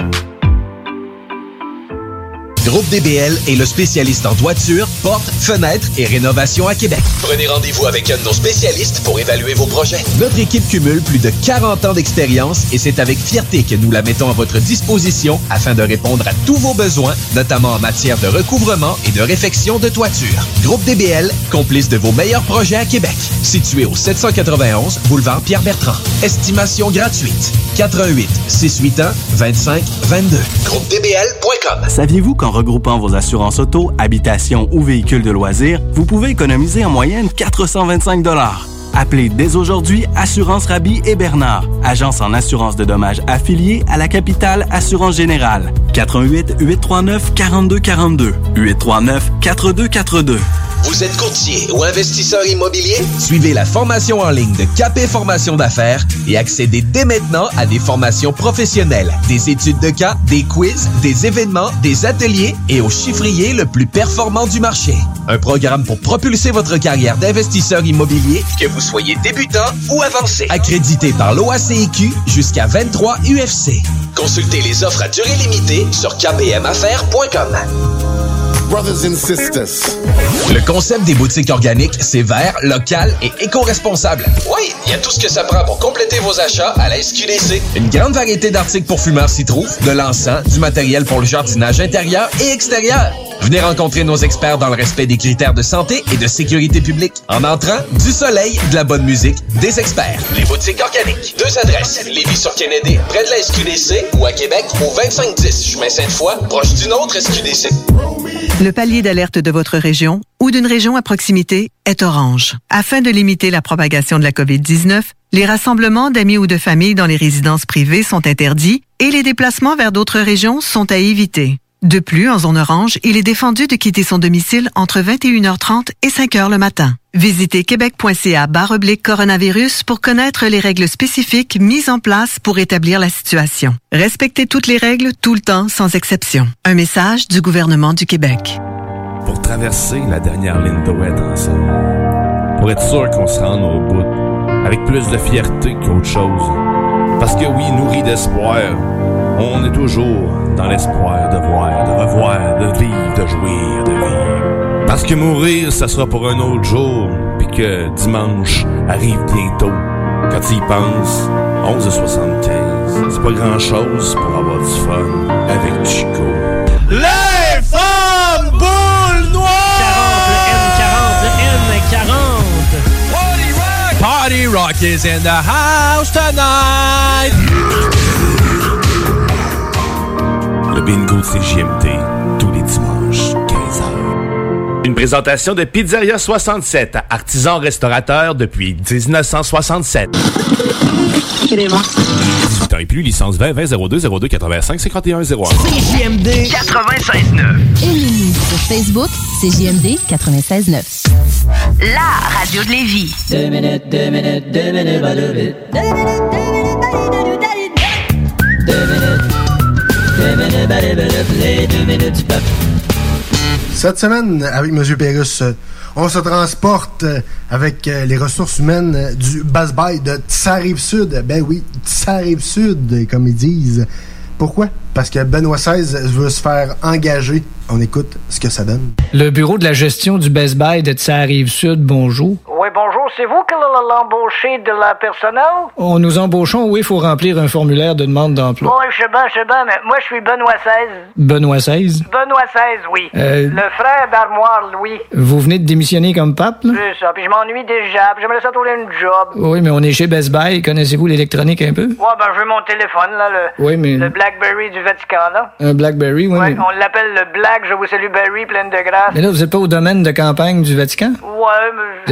Groupe D B L est le spécialiste en toiture, portes, fenêtres et rénovation à Québec. Prenez rendez-vous avec un de nos spécialistes pour évaluer vos projets. Notre équipe cumule plus de quarante ans d'expérience et c'est avec fierté que nous la mettons à votre disposition afin de répondre à tous vos besoins, notamment en matière de recouvrement et de réfection de toiture. Groupe D B L, complice de vos meilleurs projets à Québec. Situé au sept cent quatre-vingt-onze boulevard Pierre-Bertrand. Estimation gratuite. quatre un huit, six huit un, vingt-cinq vingt-deux. groupe d b l point com. Saviez-vous qu'en regroupant vos assurances auto, habitation ou véhicules de loisirs, vous pouvez économiser en moyenne quatre cent vingt-cinq dollars. Appelez dès aujourd'hui Assurance Rabi et Bernard, agence en assurance de dommages affiliée à la capitale Assurance Générale. quatre un huit, huit trois neuf, quatre deux quatre deux. huit trois neuf, quatre deux quatre deux. Vous êtes courtier ou investisseur immobilier? Suivez la formation en ligne de Capé Formation d'affaires et accédez dès maintenant à des formations professionnelles, des études de cas, des quiz, des événements, des ateliers et au chiffrier le plus performant du marché. Un programme pour propulser votre carrière d'investisseur immobilier, que vous soyez débutant ou avancé. Accrédité par l'O A C I Q jusqu'à vingt-trois U F C. Consultez les offres à durée limitée sur k p m affaires point com. Brothers and sisters. Le concept des boutiques organiques, c'est vert, local et éco-responsable. Oui, il y a tout ce que ça prend pour compléter vos achats à la S Q D C. Une grande variété d'articles pour fumeurs s'y trouve, de l'encens, du matériel pour le jardinage intérieur et extérieur. Venez rencontrer nos experts dans le respect des critères de santé et de sécurité publique. En entrant, du soleil, de la bonne musique, des experts. Les boutiques organiques. Deux adresses. Lévis-sur-Kennedy, près de la S Q D C, ou à Québec, au vingt-cinq dix chemin Sainte-Foy, proche d'une autre S Q D C. Le palier d'alerte de votre région ou d'une région à proximité est orange. Afin de limiter la propagation de la covid dix-neuf, les rassemblements d'amis ou de familles dans les résidences privées sont interdits et les déplacements vers d'autres régions sont à éviter. De plus, en zone orange, il est défendu de quitter son domicile entre vingt et une heures trente et cinq heures le matin. Visitez québec.ca barre oblique coronavirus pour connaître les règles spécifiques mises en place pour établir la situation. Respectez toutes les règles tout le temps, sans exception. Un message du gouvernement du Québec. Pour traverser la dernière ligne droite ensemble. Pour être sûr qu'on se rende au bout, avec plus de fierté qu'autre chose. Parce que oui, nourri d'espoir, on est toujours dans l'espoir de voir, de revoir, de vivre, de jouir, de vivre. Parce que mourir, ça sera pour un autre jour, puis que dimanche arrive bientôt. Quand tu y penses, onze soixante-quinze, c'est pas grand-chose pour avoir du fun avec Chico. Les femmes boules noires! quarante, le N quarante, le N quarante. Party rock is in the house tonight! Le bingo de C J M D, tous les dimanches, quinze heures. Une présentation de Pizzeria soixante-sept, artisan restaurateur depuis dix-neuf cent soixante-sept. dix-huit ans et plus, licence vingt vingt zéro deux zéro deux quatre-vingt-cinq cinquante et un zéro un. C J M D quatre-vingt-seize neuf. Et sur Facebook, C J M D quatre-vingt-seize neuf. La radio de Lévis. Deux minutes, deux minutes, deux minutes, deux minutes, deux minutes, deux minutes. Cette semaine, avec M. Pérusse, on se transporte avec les ressources humaines du Basse-Bail de Tsarrive-Sud. Ben oui, Tsarrive-Sud, comme ils disent. Pourquoi? Parce que Benoît seize veut se faire engager. On écoute ce que ça donne. Le bureau de la gestion du Basse-Bail de Tsarrive-Sud, bonjour. Oui, bonjour. C'est vous qui l'embauchez de la personnel? On nous embauchons, oui, il faut remplir un formulaire de demande d'emploi. Oui, je sais bien, je sais bien, mais moi, je suis Benoît seize. Benoît seize? Benoît seize, oui. Euh, Le frère d'Armoire Louis. Vous venez de démissionner comme pape, là? C'est ça, puis je m'ennuie déjà, puis j'aimerais ça trouver une job. Oui, mais on est chez Best Buy. Connaissez-vous l'électronique un peu? Ouais, ben, je veux mon téléphone, là, le, oui, mais... le BlackBerry du Vatican, là. Un BlackBerry, oui. Ouais, mais... on l'appelle le Black, je vous salue Berry, pleine de grâce. Mais là, vous êtes pas au domaine de campagne du Vatican? Ouais, mais... Vous êtes allé là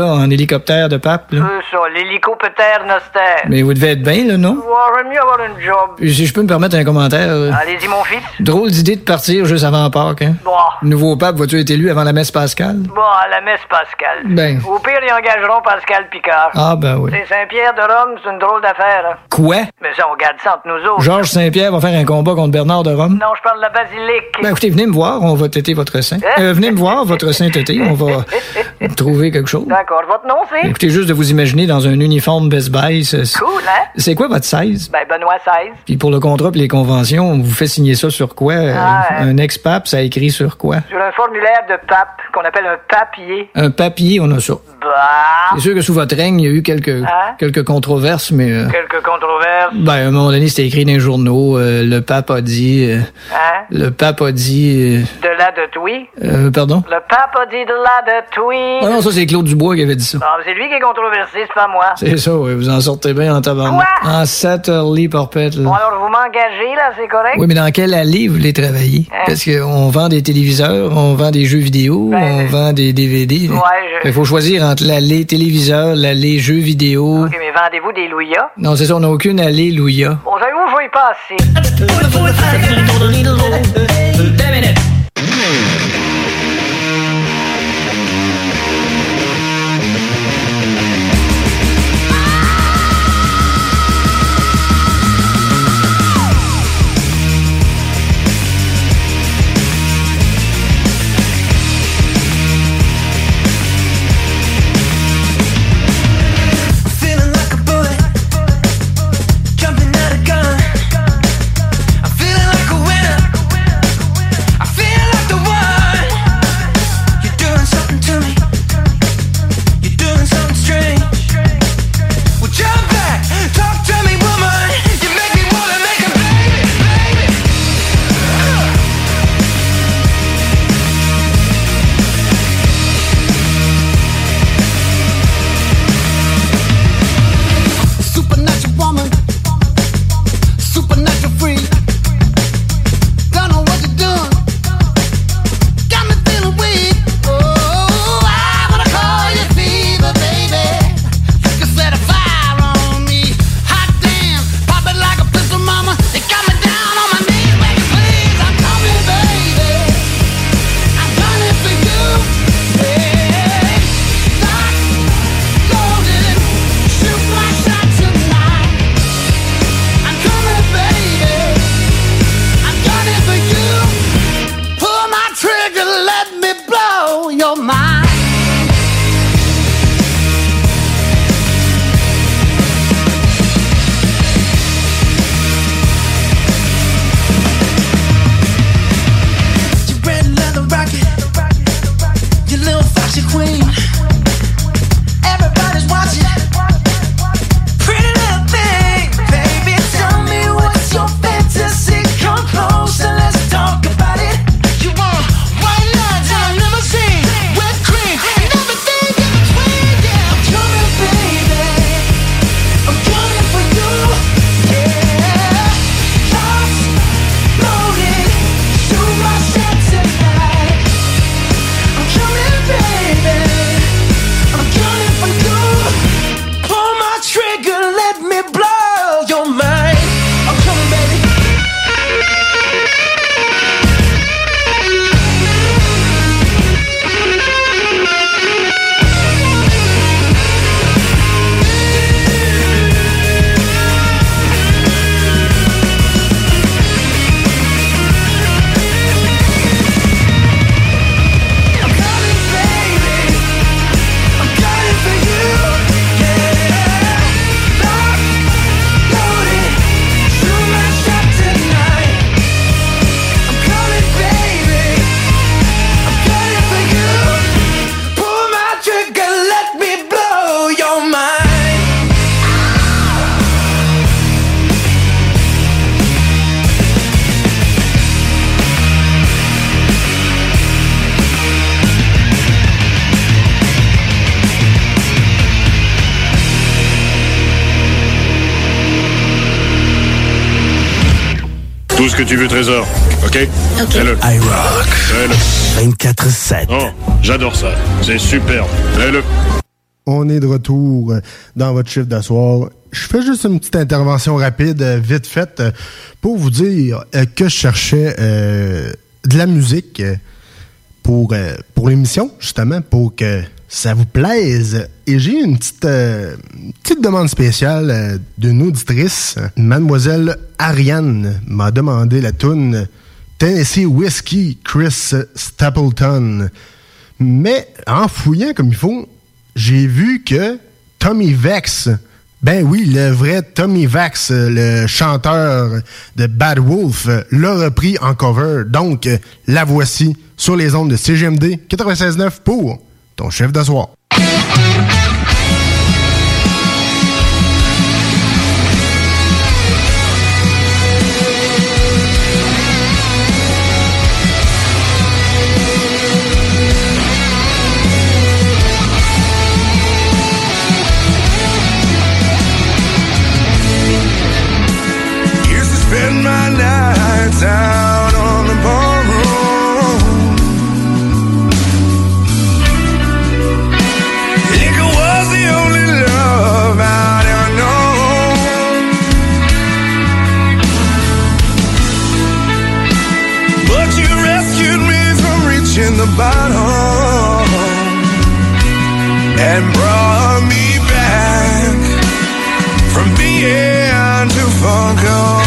en hélicoptère de pape, là. C'est ça, l'hélicoptère nostère. Mais vous devez être bien, là, non? Ouais, j'aime mieux avoir une job. Puis si je peux me permettre un commentaire... euh, Allez-y, mon fils. Drôle d'idée de partir juste avant Pâques, hein? Bon. Le nouveau pape va-tu être élu avant la messe pascale? Bon, à la messe Pascal. Ben. Au pire, ils engageront Pascal Picard. Ah, ben oui. C'est Saint-Pierre de Rome, c'est une drôle d'affaire. Hein. Quoi? Mais ça, on garde ça entre nous autres. Georges Saint-Pierre va faire un combat contre Bernard de Rome? Non, je parle de la basilique. Ben écoutez, venez me voir, on va têter votre saint. Euh, venez me voir, votre sainteté, on va trouver quelque chose. D'accord, votre nom, c'est? Écoutez, juste de vous imaginer dans un uniforme Best Buy, c'est... Cool, hein? C'est quoi votre seize? Ben, Benoît seize. Puis pour le contrat et les conventions, on vous fait signer ça sur quoi? Ah, Euh, un ex-pape, ça écrit sur quoi? Sur un formulaire de pape, qu'on appelle un papier. Un papier, on a ça. Bah. C'est sûr que sous votre règne, il y a eu quelques, Hein? quelques controverses, mais... euh, Quelques controverses. ben, à un moment donné, c'était écrit dans les journaux. euh, le pape a dit... euh, Hein? le pape a dit... De là de Tuy. euh, euh, pardon? Le pape a dit de là de Tuy. Ah non, ça, c'est Claude Dubois qui avait dit ça. Ah, c'est lui qui est controversé, c'est pas moi. C'est ça, oui, vous en sortez bien en tabarnak. Quoi? En Satterley Porpette, là. Bon, alors, vous m'engagez, là, c'est correct? Oui, mais dans quelle allée vous voulez travailler? Hein? Parce qu'on vend des téléviseurs, on vend des jeux vidéo, Ben, on vend des D V D. là. Ouais, je- Il faut choisir entre l'allée téléviseur, l'allée jeux vidéo. Ok, mais vendez-vous des louillas? Non, c'est ça, on n'a aucune allée Louia. Bon, savez-vous, je vais y passer. Feeling like a bullet, jumping out a gun. I'm feeling like a winner. I feel like the one. You're doing something to me. You're doing something strange. Well, jump back, talk to me, woman. You make me wanna make a baby, baby. Supernatural woman, supernatural free. Don't know what you're doing. Got me feeling weak. Oh, I wanna call you fever, baby. You can set a fire on me. Hot damn, pop it like a pistol, mama. You got me down on my knees, baby, please. I'm coming, baby. I'm coming for you. Hey, lock, loaded, shoot my shot tonight. I'm coming, baby. I'm gunning for you. Pull my trigger, let me blow your mind. Your red leather rocket, your little foxy queen. Everybody's watching. Pretty little thing, baby, tell me what's your fantasy? Come close and let's talk about it. You want white lines I've never seen, whipped cream, and everything in between. Yeah, I'm coming, baby. I'm coming for you. Yeah, lost, loaded, shoot my shot tonight. I'm coming, baby. I'm coming for you. Pull my trigger, let me blow your mind. I'm coming, baby. I'm coming, baby. I'm coming for you. Yeah, lock, loaded, shoot my shot tonight. I'm coming, baby. I'm coming for you. Pull my trigger, let me blow your mind. Tout ce que tu veux, Trésor. OK? OK. Fais-le. iRock. Fais-le. vingt-quatre sept. Oh, j'adore ça. C'est superbe. Fais-le. on est de retour dans votre chiffre de soir. Je fais juste une petite intervention rapide, vite faite, pour vous dire que je cherchais euh, de la musique pour, euh, pour l'émission, justement, pour que ça vous plaise. Et j'ai une petite, euh, une petite demande spéciale euh, d'une auditrice. Mademoiselle Ariane m'a demandé la toune Tennessee Whiskey, Chris Stapleton. Mais en fouillant comme il faut, j'ai vu que Tommy Vex, ben oui, le vrai Tommy Vex, le chanteur de Bad Wolf, l'a repris en cover. Donc, la voici sur les ondes de C G M D quatre-vingt-seize neuf pour ton chef de soir. Spend my nights out on the ballroom. Liquor was the only love I'd ever known. But you rescued me from reaching the bottom and brought me back from being too far gone.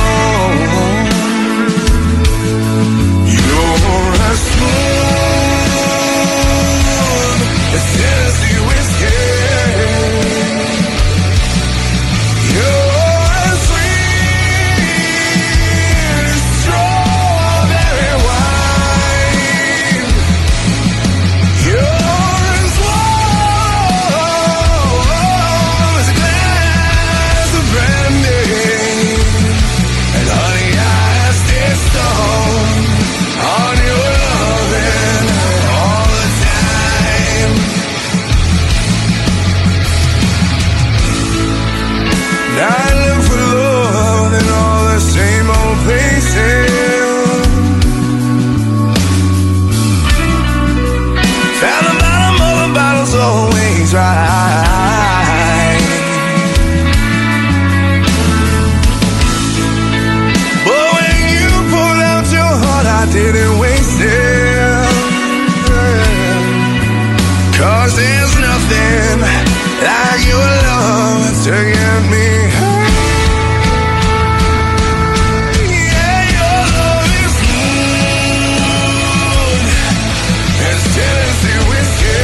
Right. But when you pulled out your heart, I didn't waste it. 'Cause there's nothing like your love to get me high. Yeah, your love is smooth as Tennessee whiskey.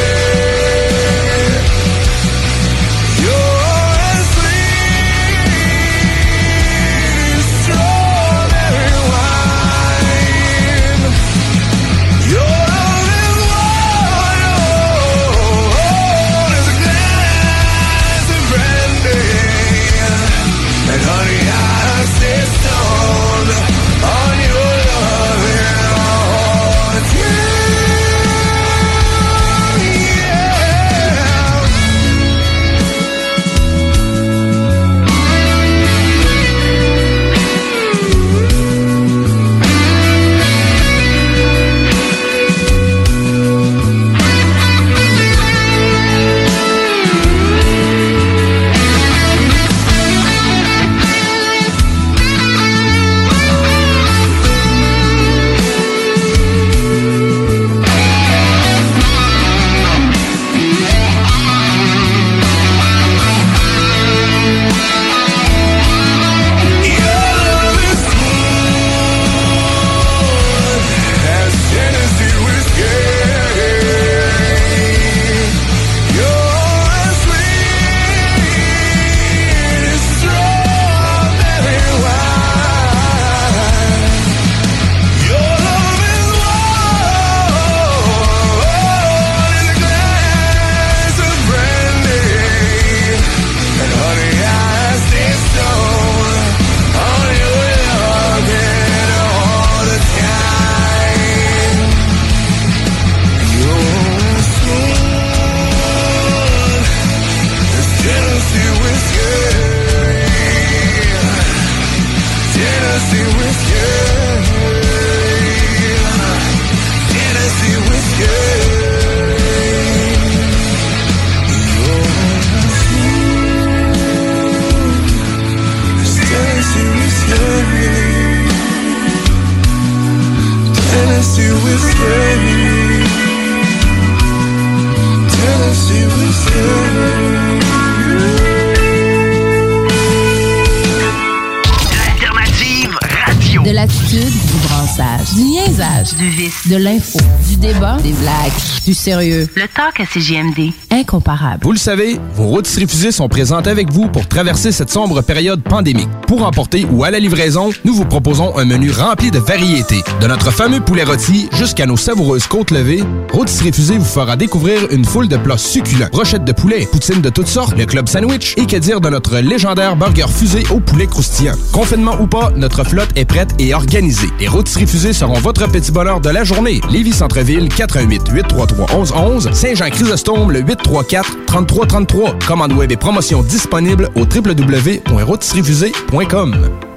Tennessee whiskey. l'attitude, du brassage, du niaisage, du vice, de l'info, du débat, des blagues, du sérieux. Le talk à C J M D. Incomparable. Vous le savez, vos rôtisseries fusées sont présentes avec vous pour traverser cette sombre période pandémique. Pour emporter ou à la livraison, nous vous proposons un menu rempli de variétés. De notre fameux poulet rôti jusqu'à nos savoureuses côtes levées, Rôtisseries Fusées vous fera découvrir une foule de plats succulents. Brochettes de poulet, poutines de toutes sortes, le club sandwich et que dire de notre légendaire burger fusé au poulet croustillant. Confinement ou pas, notre flotte est prête et organisée. Les Rôtisseries Fusées seront votre petit bonheur de la journée. Lévis Centre-Ville, quatre un huit, huit trois trois, onze onze. Saint-Jean-Chrysostome, le huit trois quatre, trente-trois trente-trois. Commande web et promotion disponible au w w w point rôtisserie fusée point com.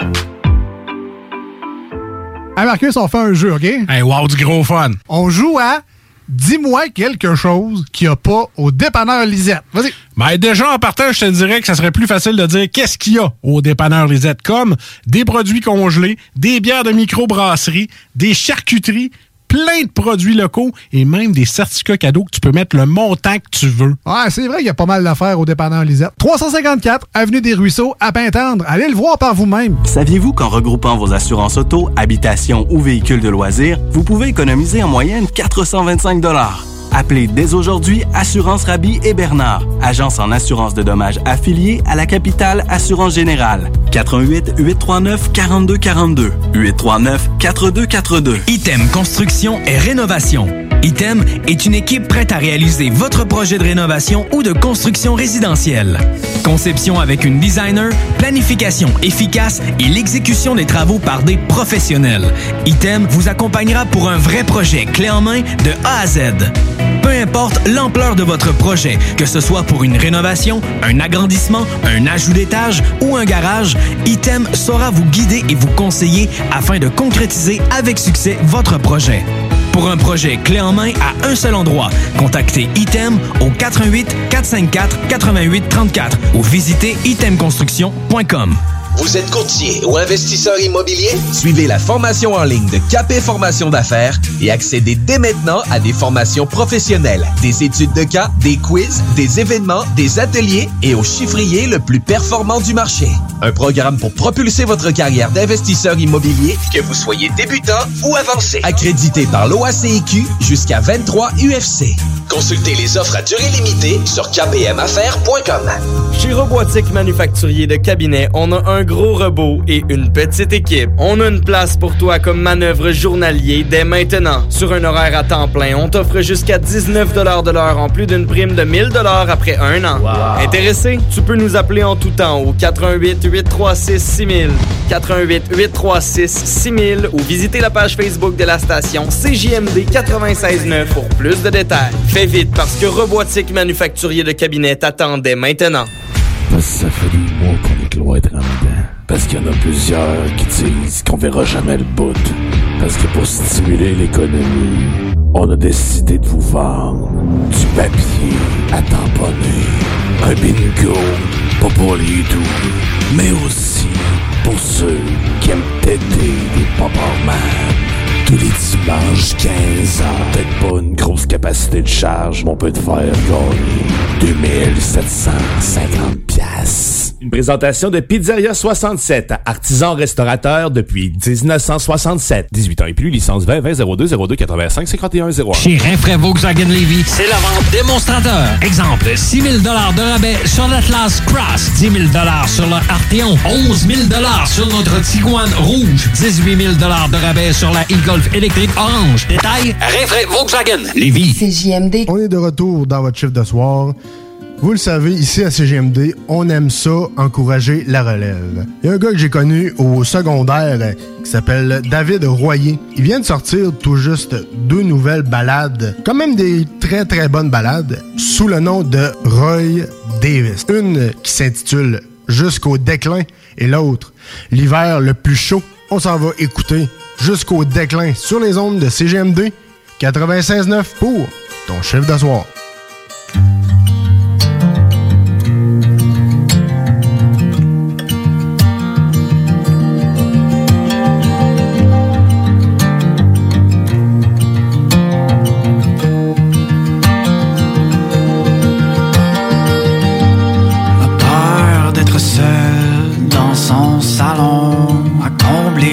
Hey Marcus, on fait un jeu, OK? Hey, wow, du gros fun! On joue à Dis-moi quelque chose qu'il n'y a pas au dépanneur Lisette. Vas-y. Ben déjà, en partant, je te dirais que ça serait plus facile de dire qu'est-ce qu'il y a au dépanneur Lisette, comme des produits congelés, des bières de microbrasserie, des charcuteries, plein de produits locaux et même des certificats cadeaux que tu peux mettre le montant que tu veux. Ouais, c'est vrai qu'il y a pas mal d'affaires au dépanneur Lisette. trois cent cinquante-quatre, Avenue des Ruisseaux, à Pintendre. Allez le voir par vous-même. Saviez-vous qu'en regroupant vos assurances auto, habitation ou véhicules de loisirs, vous pouvez économiser en moyenne quatre cent vingt-cinq dollars? Appelez dès aujourd'hui Assurance Rabi et Bernard, agence en assurance de dommages affiliée à la capitale Assurance Générale. quatre un huit, huit trois neuf, quatre deux quatre deux. huit trois neuf, quatre deux quatre deux. Item Construction et Rénovation. Item est une équipe prête à réaliser votre projet de rénovation ou de construction résidentielle. Conception avec une designer, planification efficace et l'exécution des travaux par des professionnels. Item vous accompagnera pour un vrai projet clé en main de A à Z. Peu importe l'ampleur de votre projet, que ce soit pour une rénovation, un agrandissement, un ajout d'étage ou un garage, Item saura vous guider et vous conseiller afin de concrétiser avec succès votre projet. Pour un projet clé en main à un seul endroit, contactez Item au quatre un huit, quatre cinq quatre, huit huit trois quatre ou visitez item construction point com. Vous êtes courtier ou investisseur immobilier? Suivez la formation en ligne de Capé Formation d'affaires et accédez dès maintenant à des formations professionnelles, des études de cas, des quiz, des événements, des ateliers et au chiffrier le plus performant du marché. Un programme pour propulser votre carrière d'investisseur immobilier, que vous soyez débutant ou avancé. Accrédité par l'O A C I Q jusqu'à vingt-trois U F C. Consultez les offres à durée limitée sur k p m affaires point com. Chez Robotique Manufacturier de Cabinet, on a un gros robot et une petite équipe. On a une place pour toi comme manœuvre journalier dès maintenant. Sur un horaire à temps plein, on t'offre jusqu'à dix-neuf dollars de l'heure en plus d'une prime de mille dollars après un an. Wow. Intéressé? Tu peux nous appeler en tout temps au quatre un huit, huit trois six, six mille, quatre un huit, huit trois six, six mille ou visiter la page Facebook de la station C J M D quatre-vingt-seize neuf pour plus de détails. Fais vite parce que Robotique Manufacturier de Cabinet t'attendait maintenant. Parce que ça fait des mois qu'on est cloître en dedans. Parce qu'il y en a plusieurs qui disent qu'on verra jamais le bout. Parce que pour stimuler l'économie, on a décidé de vous vendre du papier à tamponner. Un bingo, pas pour les doux, mais aussi pour ceux qui aiment têter des pop-up-man. Tous les dimanches, quinze heures. Peut-être pas une grosse capacité de charge, mais on peut te faire gagner deux mille sept cent cinquante piastres. Une présentation de Pizzeria soixante-sept, artisan restaurateur depuis dix-neuf cent soixante-sept. dix-huit ans et plus, licence vingt vingt zéro deux zéro deux quatre-vingt-cinq cinquante et un zéro un. Chez Rinfraie Volkswagen Lévis, c'est la vente démonstrateur. Exemple, six mille dollars de rabais sur l'Atlas Cross, dix mille dollars sur le Arteon, onze mille dollars sur notre Tiguan Rouge, dix-huit mille dollars de rabais sur la e-Golf électrique orange. Détail, Rinfraie Volkswagen Lévis. C J M D. On est de retour dans votre chiffre de soir. Vous le savez, ici à C G M D, on aime ça, encourager la relève. Il y a un gars que j'ai connu au secondaire qui s'appelle David Royer. Il vient de sortir tout juste deux nouvelles ballades, quand même des très très bonnes ballades, sous le nom de Roy Davis. Une qui s'intitule Jusqu'au déclin et l'autre L'hiver le plus chaud. On s'en va écouter Jusqu'au déclin sur les ondes de C G M D quatre-vingt-seize neuf pour ton chiffre de soir.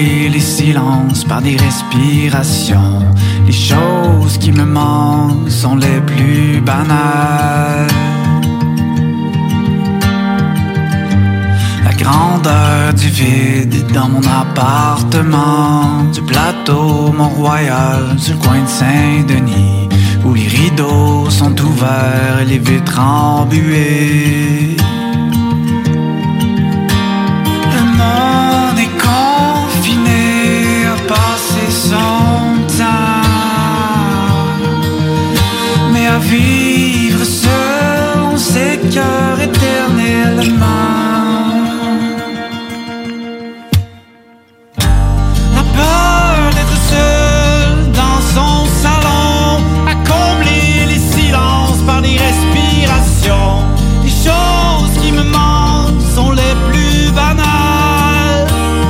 combler les silences par des respirations. Les choses qui me manquent sont les plus banales. La grandeur du vide dans mon appartement, du plateau Mont-Royal sur le coin de Saint-Denis, où les rideaux sont ouverts et les vitres embuées. Le monde est confiné à passer son temps, mais à vivre seul on s'écœure éternellement. La peur d'être seul dans son salon, à combler les silences par des respirations. Les choses qui me manquent sont les plus banales.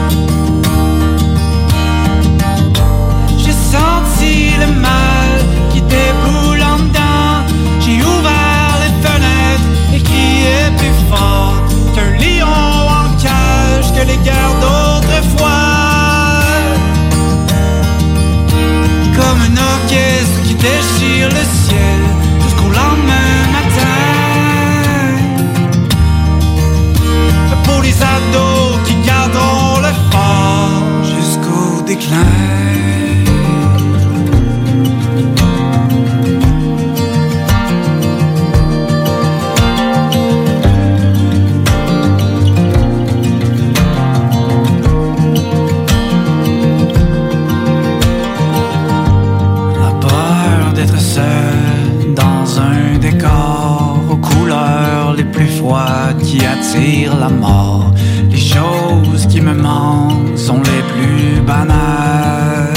J'ai senti le mal qui déboule en dedans. J'ai ouvert les fenêtres et crié plus fort qu'un lion en cage, que les guerres d'autrefois. Comme un orchestre qui déchire le ciel jusqu'au lendemain matin. Pour les ados qui garderont le fort jusqu'au déclin. Qui attire la mort. Les choses qui me manquent sont les plus banales.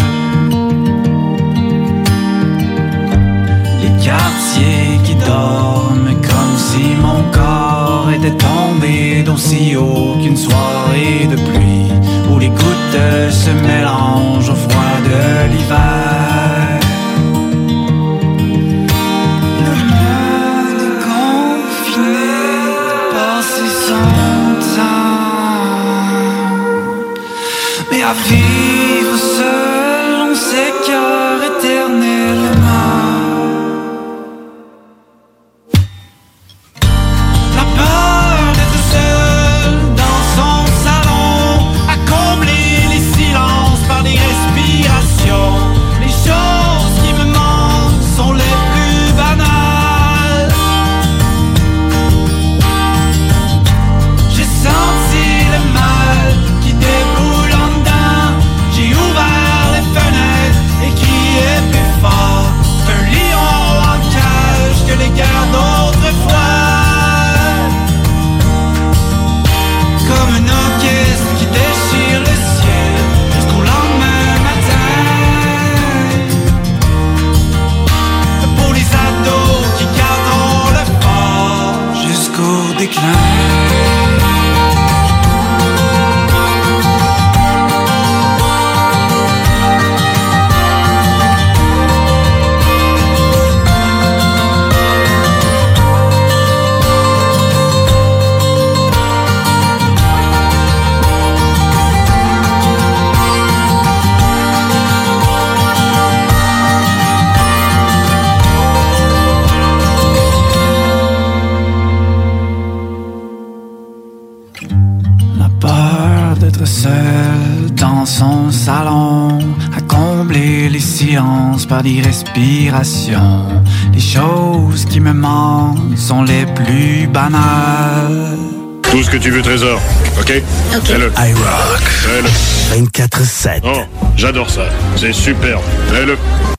Les quartiers qui dorment comme si mon corps était tombé d'aussi haut qu'une soirée de pluie, où les gouttes se mélangent au froid de l'hiver. Mais à vivre seul, on s'écœure éternellement. La peur d'être seul dans son salon, à combler les silences par des respirations. Les choses qui me manquent sont les plus banales. J'ai senti le mal qui déboule en dedans. J'ai ouvert les fenêtres et crié plus fort qu'un lion en cage, que les guerres d'autrefois. Comme un orchestre qui déchire le ciel jusqu'au lendemain matin. Pour les ados qui garderont le fort jusqu'au déclin. Seul dans son salon, à combler les silences par des respirations. Les choses qui me manquent sont les plus banales. Tout ce que tu veux, Trésor. OK? OK. Fais-le. I rock. Fais-le. vingt-quatre sept. Oh, j'adore ça. C'est superbe. Fais-le.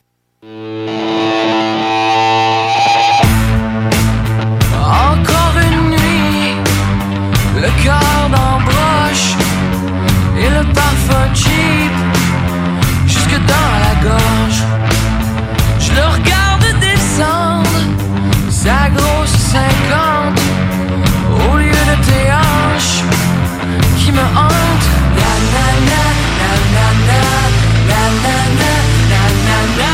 Encore une nuit, le cœur dans broche et le parfum cheap jusque dans la gorge. Je le regarde descendre sa grosse cinquante au lieu de tes hanches qui me hantent. Na na na na na na na na na na na.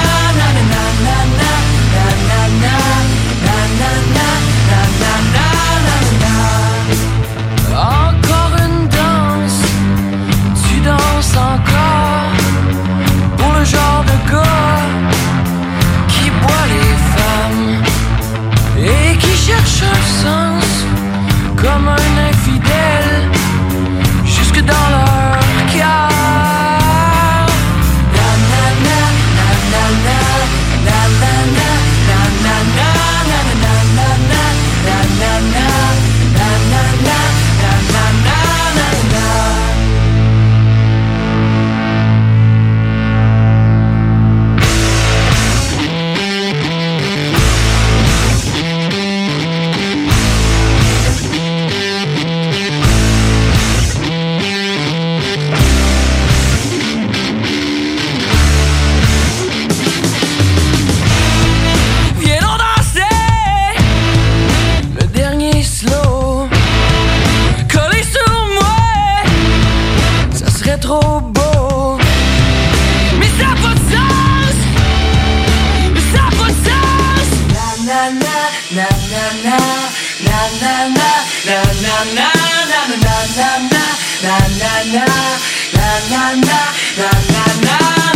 na na na na na na na na na na na na na na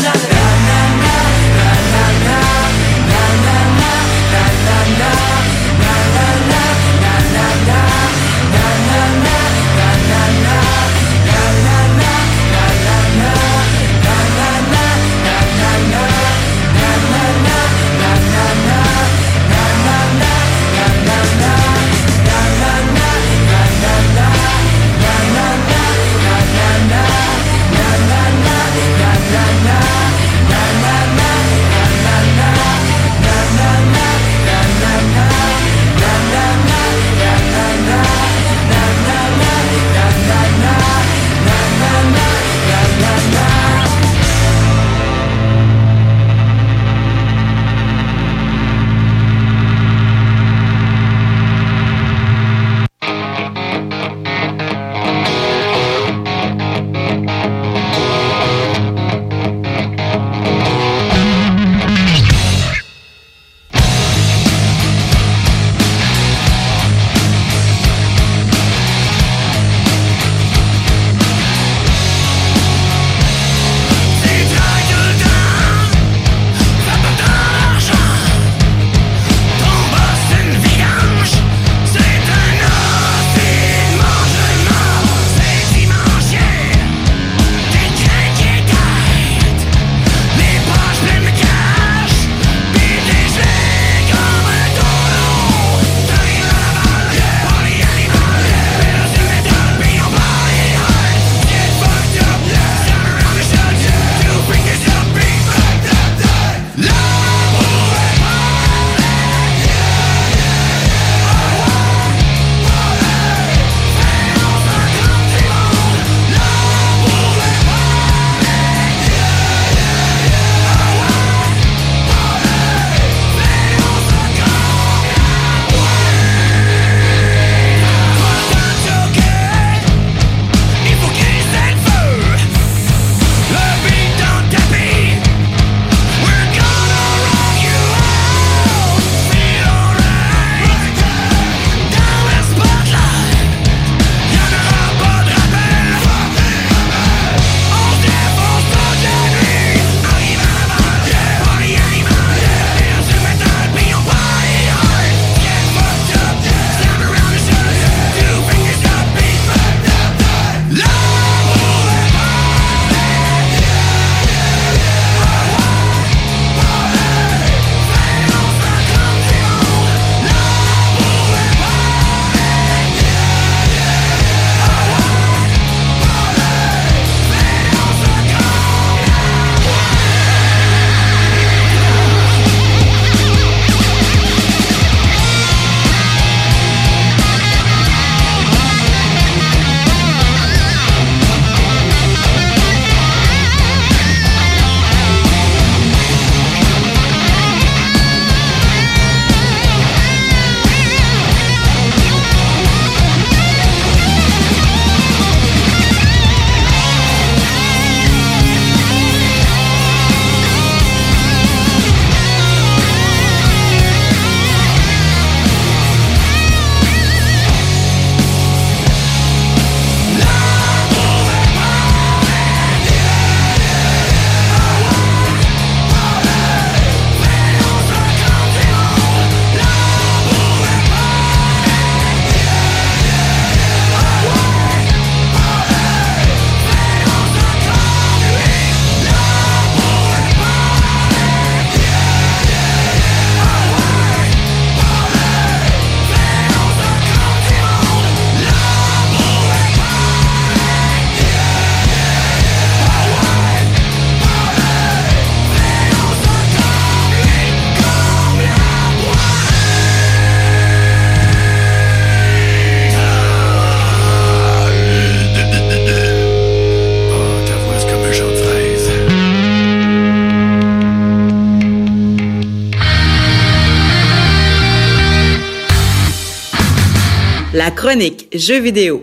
La chronique Jeux vidéo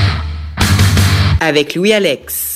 avec Louis-Alex.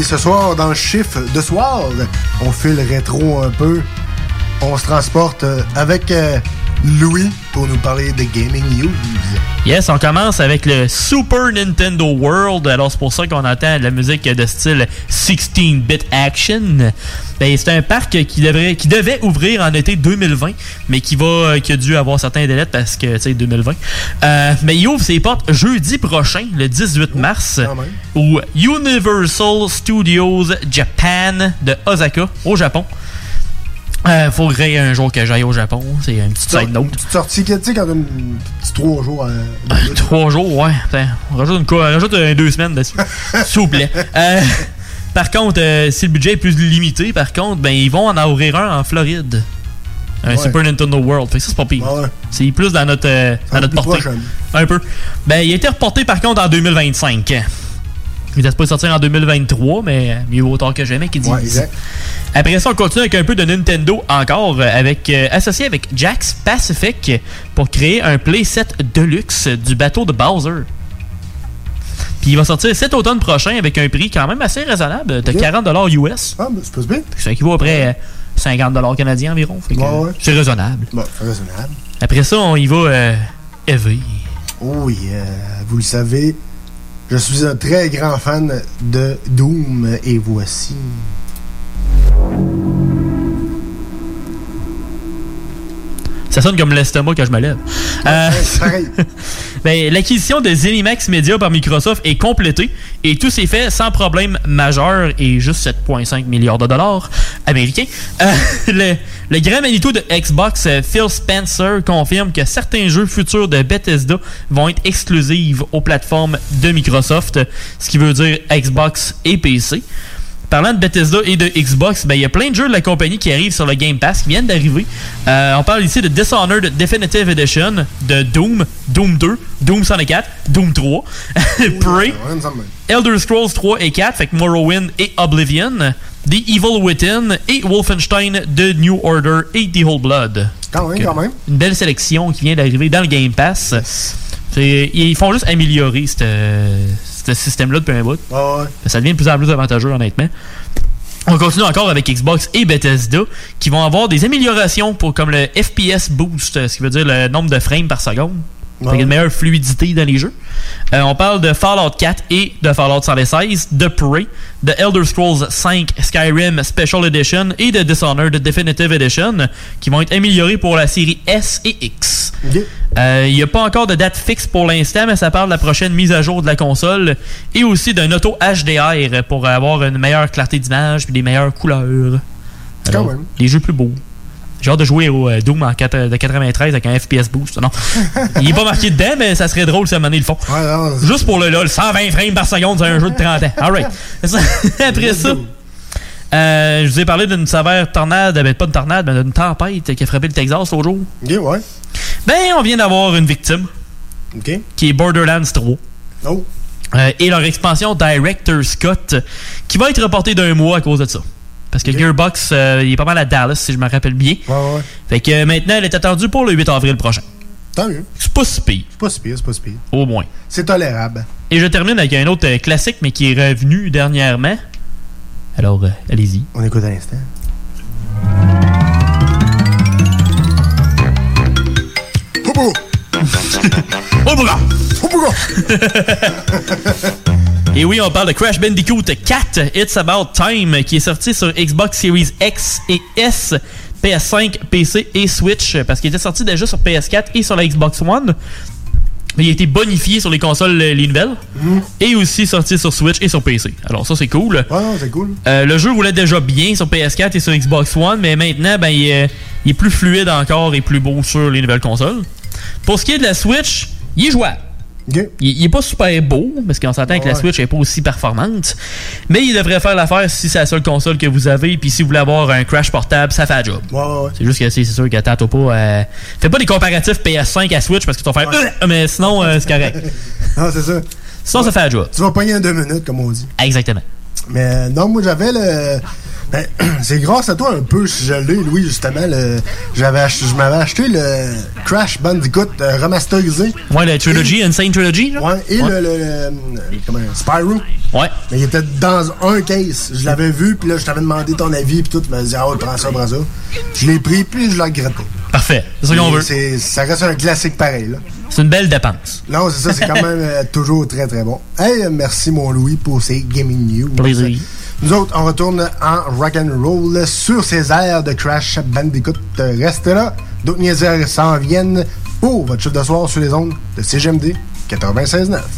ce soir, dans le chiffre de soir, on file rétro un peu. On se transporte avec euh, Louis pour nous parler de Gaming News. Yes, on commence avec le Super Nintendo World. Alors, c'est pour ça qu'on entend de la musique de style sixteen-bit action. Ben, c'est un parc qui devrait, qui devait ouvrir en été deux mille vingt, mais qui va, qui a dû avoir certains délais parce que, tu sais, deux mille vingt. Euh, mais il ouvre ses portes jeudi prochain, le dix-huit mars, au Universal Studios Japan de Osaka, au Japon. Euh, faudrait un jour que j'aille au Japon. C'est une petite side note. Une petite sortie, tu sais, quand une petite trois jours. Euh, trois jours, ouais. Putain, on rajoute, une, on rajoute euh, deux semaines dessus. S'il vous plaît. Euh, par contre, euh, si le budget est plus limité, par contre, ben ils vont en ouvrir un en Floride. Un ouais. Super Nintendo World. Fait que ça, c'est pas pire. Ouais. C'est plus dans notre, euh, dans notre portée. Prochaine. Un peu. Ben, il a été reporté, par contre, en deux mille vingt-cinq. Il va pas sortir en deux mille vingt-trois, mais mieux vaut tard que jamais qui dit. Ouais, exact. Après ça, on continue avec un peu de Nintendo encore, avec euh, associé avec Jack's Pacific pour créer un playset deluxe du bateau de Bowser. Puis il va sortir cet automne prochain avec un prix quand même assez raisonnable de okay. quarante dollars U S. Ah, ben, c'est pas bien. Ça équivaut à près cinquante dollars canadiens environ. Fait que, ouais, ouais. C'est raisonnable. Bon, c'est raisonnable. Après ça, on y va euh, Eevee. Oh oui, euh, vous le savez, je suis un très grand fan de Doom et voici... Ça sonne comme l'estomac quand je me lève. Ouais, euh, pareil. Ben, l'acquisition de ZeniMax Media par Microsoft est complétée et tout s'est fait sans problème majeur et juste sept virgule cinq milliards de dollars américains. Euh, le, le grand Manitou de Xbox, Phil Spencer, confirme que certains jeux futurs de Bethesda vont être exclusifs aux plateformes de Microsoft, ce qui veut dire Xbox et P C. Parlant de Bethesda et de Xbox, ben il y a plein de jeux de la compagnie qui arrivent sur le Game Pass, qui viennent d'arriver. Euh, on parle ici de Dishonored Definitive Edition, de Doom, Doom deux, Doom soixante-quatre, Doom trois, Prey, Elder Scrolls trois et quatre, fait que Morrowind et Oblivion, The Evil Within et Wolfenstein The New Order et The Whole Blood. Quand même, quand même. Une belle sélection qui vient d'arriver dans le Game Pass. Yes. C'est, ils font juste améliorer cette... ce système-là depuis un bout. Oh ouais. Ça devient de plus en plus avantageux, honnêtement. On continue encore avec Xbox et Bethesda qui vont avoir des améliorations pour comme le F P S Boost, ce qui veut dire le nombre de frames par seconde. Ouais. Fait une meilleure fluidité dans les jeux. Euh, on parle de Fallout quatre et de Fallout soixante-seize, de Prey, de Elder Scrolls cinq Skyrim Special Edition et de Dishonored Definitive Edition qui vont être améliorés pour la série S et X. Il okay. euh, n'y a pas encore de date fixe pour l'instant, mais ça parle de la prochaine mise à jour de la console et aussi d'un auto H D R pour avoir une meilleure clarté d'image et des meilleures couleurs. Alors, quand même. Les jeux plus beaux. J'ai hâte de jouer au euh, Doom en quatre, de quatre-vingt-treize avec un F P S boost. Non. Il est pas marqué dedans, mais ça serait drôle si à un moment donné, ils le font. Ouais, non, juste pour le lol, cent vingt frames par seconde, c'est un jeu de trente ans. Alright. Après ça, euh, je vous ai parlé d'une sévère tornade, ben pas une tornade, mais d'une tempête qui a frappé le Texas l'autre jour. Ok, ouais. Ben, on vient d'avoir une victime. Ok. Qui est Borderlands trois. Oh. Euh, et leur expansion Director's Scott, qui va être reportée d'un mois à cause de ça. Parce que okay. Gearbox, euh, il est pas mal à Dallas, si je me rappelle bien. Ouais, ouais. Fait que euh, maintenant, elle est attendue pour le huit avril prochain. Tant mieux. C'est pas si pire. C'est pas si pire, c'est pas si pire. Au moins. C'est tolérable. Et je termine avec un autre euh, classique, mais qui est revenu dernièrement. Alors, euh, allez-y. On écoute à l'instant. Hopo! Hopo! Hopo! Et oui, on parle de Crash Bandicoot quatre, It's About Time, qui est sorti sur Xbox Series X et S, P S cinq, P C et Switch, parce qu'il était sorti déjà sur P S quatre et sur la Xbox One. Mais il a été bonifié sur les consoles les nouvelles, mmh. et aussi sorti sur Switch et sur P C. Alors ça, c'est cool. Ouais, c'est cool. Euh, le jeu voulait déjà bien sur P S quatre et sur Xbox One, mais maintenant, ben, il est, il est plus fluide encore et plus beau sur les nouvelles consoles. Pour ce qui est de la Switch, il est jouable. Okay. Il, il est pas super beau, parce qu'on s'entend oh, que la ouais. Switch est pas aussi performante, mais il devrait faire l'affaire si c'est la seule console que vous avez, puis si vous voulez avoir un Crash portable, ça fait le job. Ouais, ouais. C'est juste que c'est, c'est sûr que t'attends pas... Euh, fais pas des comparatifs P S cinq à Switch, parce que tu vas faire... Ouais. Euh, mais sinon, euh, c'est correct. Non, c'est ça. Sinon, ouais. ça fait le job. Tu vas pogner en deux minutes, comme on dit. Exactement. Mais non, moi, j'avais le... Ben, c'est grâce à toi un peu si je l'ai, Louis, justement. Le, j'avais ach- je m'avais acheté le Crash Bandicoot euh, remasterisé. Ouais, la Trilogy, Insane Trilogy. Là. Ouais, et ouais. Le, le, le, le comment, Spyro. Ouais. Mais il était dans un case. Je l'avais vu, puis là, je t'avais demandé ton avis, puis tout. Tu m'as dit, ah, ouais, prends ça, prends ça. Je l'ai pris, puis je l'ai regretté. Parfait. C'est ça qu'on veut. C'est, ça reste un classique pareil, là. C'est une belle dépense. Non, c'est ça, c'est quand même euh, toujours très, très bon. Hey, merci, mon Louis, pour ces Gaming News. Plaisir. Nous autres, on retourne en rock'n'roll sur ces airs de Crash Bandicoot. Restez là. D'autres niaiseries s'en viennent pour votre chiffre de soir sur les ondes de C G M D quatre-vingt-seize neuf.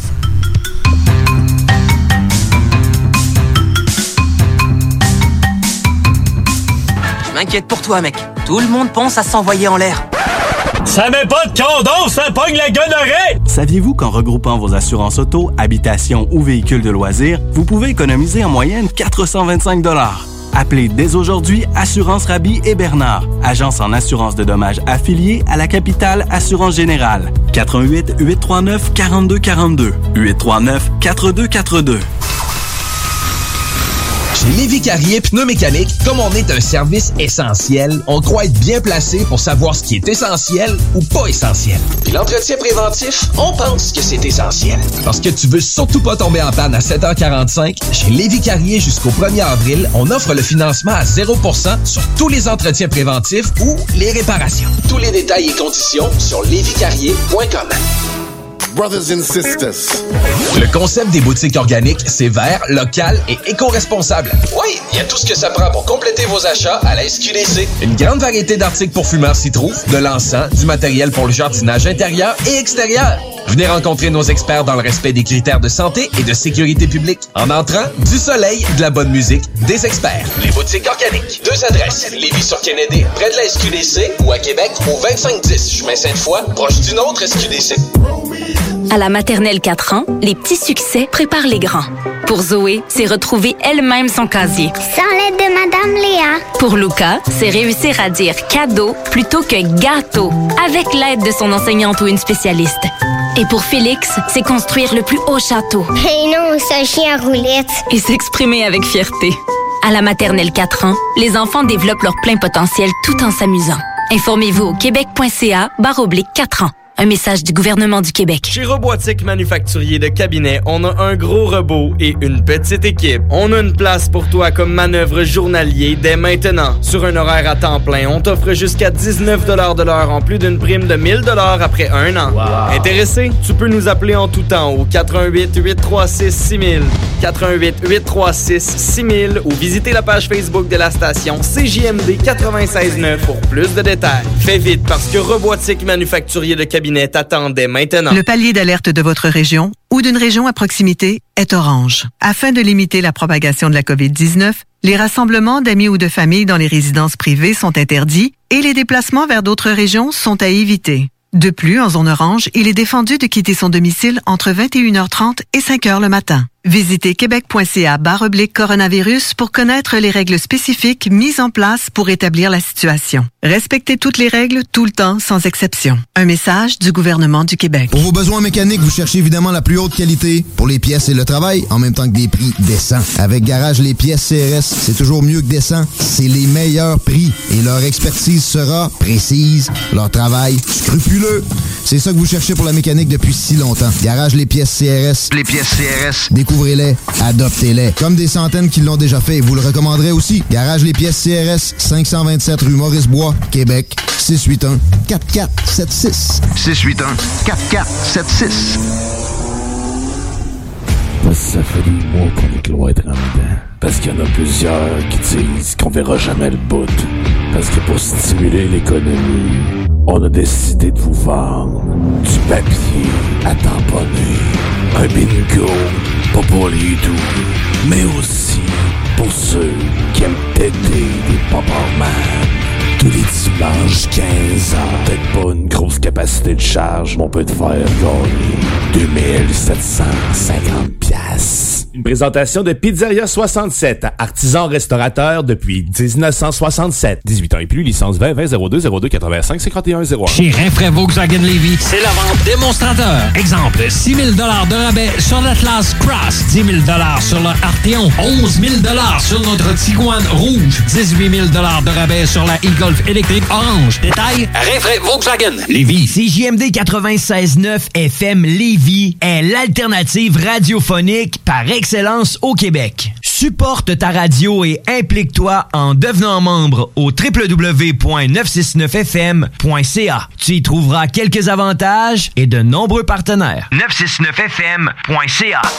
Je m'inquiète pour toi, mec. Tout le monde pense à s'envoyer en l'air. Ça met pas de condom, ça pogne la gonorrhée! Saviez-vous qu'en regroupant vos assurances auto, habitation ou véhicules de loisirs, vous pouvez économiser en moyenne quatre cent vingt-cinq dollars? Appelez dès aujourd'hui Assurance Rabi et Bernard, agence en assurance de dommages affiliée à la capitale Assurance Générale. quatre un huit, huit trois neuf, quatre deux quatre deux. huit trois neuf, quatre deux quatre deux. Chez Lévis Carrier Pneumécanique, comme on est un service essentiel, on croit être bien placé pour savoir ce qui est essentiel ou pas essentiel. Puis l'entretien préventif, on pense que c'est essentiel. Parce que tu veux surtout pas tomber en panne à sept heures quarante-cinq, chez Lévis Carrier jusqu'au premier avril, on offre le financement à zéro pour cent sur tous les entretiens préventifs ou les réparations. Tous les détails et conditions sur lévis carrier point com. Brothers and sisters. Le concept des boutiques organiques, c'est vert, local et éco-responsable. Oui, il y a tout ce que ça prend pour compléter vos achats à la S Q D C. Une grande variété d'articles pour fumeurs s'y trouve, de l'encens, du matériel pour le jardinage intérieur et extérieur. Venez rencontrer nos experts dans le respect des critères de santé et de sécurité publique. En entrant, du soleil, de la bonne musique, des experts. Les boutiques organiques. Deux adresses. Lévis-sur-Kennedy, près de la S Q D C, ou à Québec, au vingt-cinq dix chemin Sainte-Foy, proche d'une autre S Q D C. À la maternelle quatre ans, les petits succès préparent les grands. Pour Zoé, c'est retrouver elle-même son casier. Sans l'aide de Madame Léa. Pour Luca, c'est réussir à dire cadeau plutôt que gâteau, avec l'aide de son enseignante ou une spécialiste. Et pour Félix, c'est construire le plus haut château. Et non, c'est un chien à roulette. Et s'exprimer avec fierté. À la maternelle quatre ans, les enfants développent leur plein potentiel tout en s'amusant. Informez-vous au québec.ca barre oblique quatre ans. Un message du gouvernement du Québec. Chez Robotique Manufacturier de Cabinet, on a un gros robot et une petite équipe. On a une place pour toi comme manœuvre journalier dès maintenant. Sur un horaire à temps plein, on t'offre jusqu'à dix-neuf dollars de l'heure en plus d'une prime de mille dollars après un an. Wow. Intéressé? Tu peux nous appeler en tout temps au quatre un huit, huit trois six, six mille, quatre un huit, huit trois six, six mille ou visiter la page Facebook de la station C J M D quatre-vingt-seize neuf pour plus de détails. Fais vite parce que Robotique Manufacturier de Cabinet t'attendait maintenant. Le palier d'alerte de votre région ou d'une région à proximité est orange. Afin de limiter la propagation de la covid dix-neuf, les rassemblements d'amis ou de familles dans les résidences privées sont interdits et les déplacements vers d'autres régions sont à éviter. De plus, en zone orange, il est défendu de quitter son domicile entre vingt et une heures trente et cinq heures le matin. Visitez québec.ca barre oblique coronavirus pour connaître les règles spécifiques mises en place pour établir la situation. Respectez toutes les règles tout le temps, sans exception. Un message du gouvernement du Québec. Pour vos besoins mécaniques, vous cherchez évidemment la plus haute qualité pour les pièces et le travail, en même temps que des prix décents. Avec Garage Les Pièces C R S, c'est toujours mieux que décent. C'est les meilleurs prix et leur expertise sera précise, leur travail scrupuleux. C'est ça que vous cherchez pour la mécanique depuis si longtemps. Garage Les Pièces C R S. Les pièces C R S. Découvrez-les, adoptez-les. Comme des centaines qui l'ont déjà fait, vous le recommanderez aussi. Garage Les Pièces C R S, cinq cent vingt-sept rue Maurice-Bois, Québec, six huit un, quatre quatre sept six. six huit un, quatre quatre sept six. Parce que ça fait des mois qu'on est cloître en dedans. Parce qu'il y en a plusieurs qui disent qu'on verra jamais le bout. Parce que pour stimuler l'économie, on a décidé de vous vendre du papier à tamponner. Un bingo, pas pour les doux, mais aussi pour ceux qui aiment têter des paparmans. Tous les dimanches, quinze heures. Peut-être pas une grosse capacité de charge, mais on peut te faire gagner deux mille sept cent cinquante piastres. Une présentation de Pizzeria soixante-sept, artisan restaurateur depuis dix-neuf cent soixante-sept. dix-huit ans et plus, licence vingt vingt zéro deux zéro deux quatre-vingt-cinq cinquante et un zéro un. Chez Rinfraie Volkswagen Lévy, c'est la vente démonstrateur. Exemple, six mille dollars de rabais sur l'Atlas Cross, dix mille dollars sur le Arteon, onze mille dollars sur notre Tiguan Rouge, dix-huit mille dollars de rabais sur la e-Golf électrique orange. Détail, Rinfraie Volkswagen Lévy. C J M D quatre-vingt-seize neuf F M Lévy est l'alternative radiophonique par excellence au Québec. Supporte ta radio et implique-toi en devenant membre au w w w point neuf cent soixante-neuf f m point c a. Tu y trouveras quelques avantages et de nombreux partenaires. neuf cent soixante-neuf f m point c a.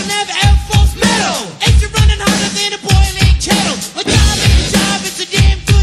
Ain't you running harder than a boiling kettle? A job ain't a job, it's a damn good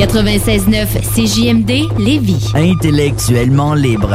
quatre-vingt-seize neuf C J M D Lévis. Intellectuellement libre.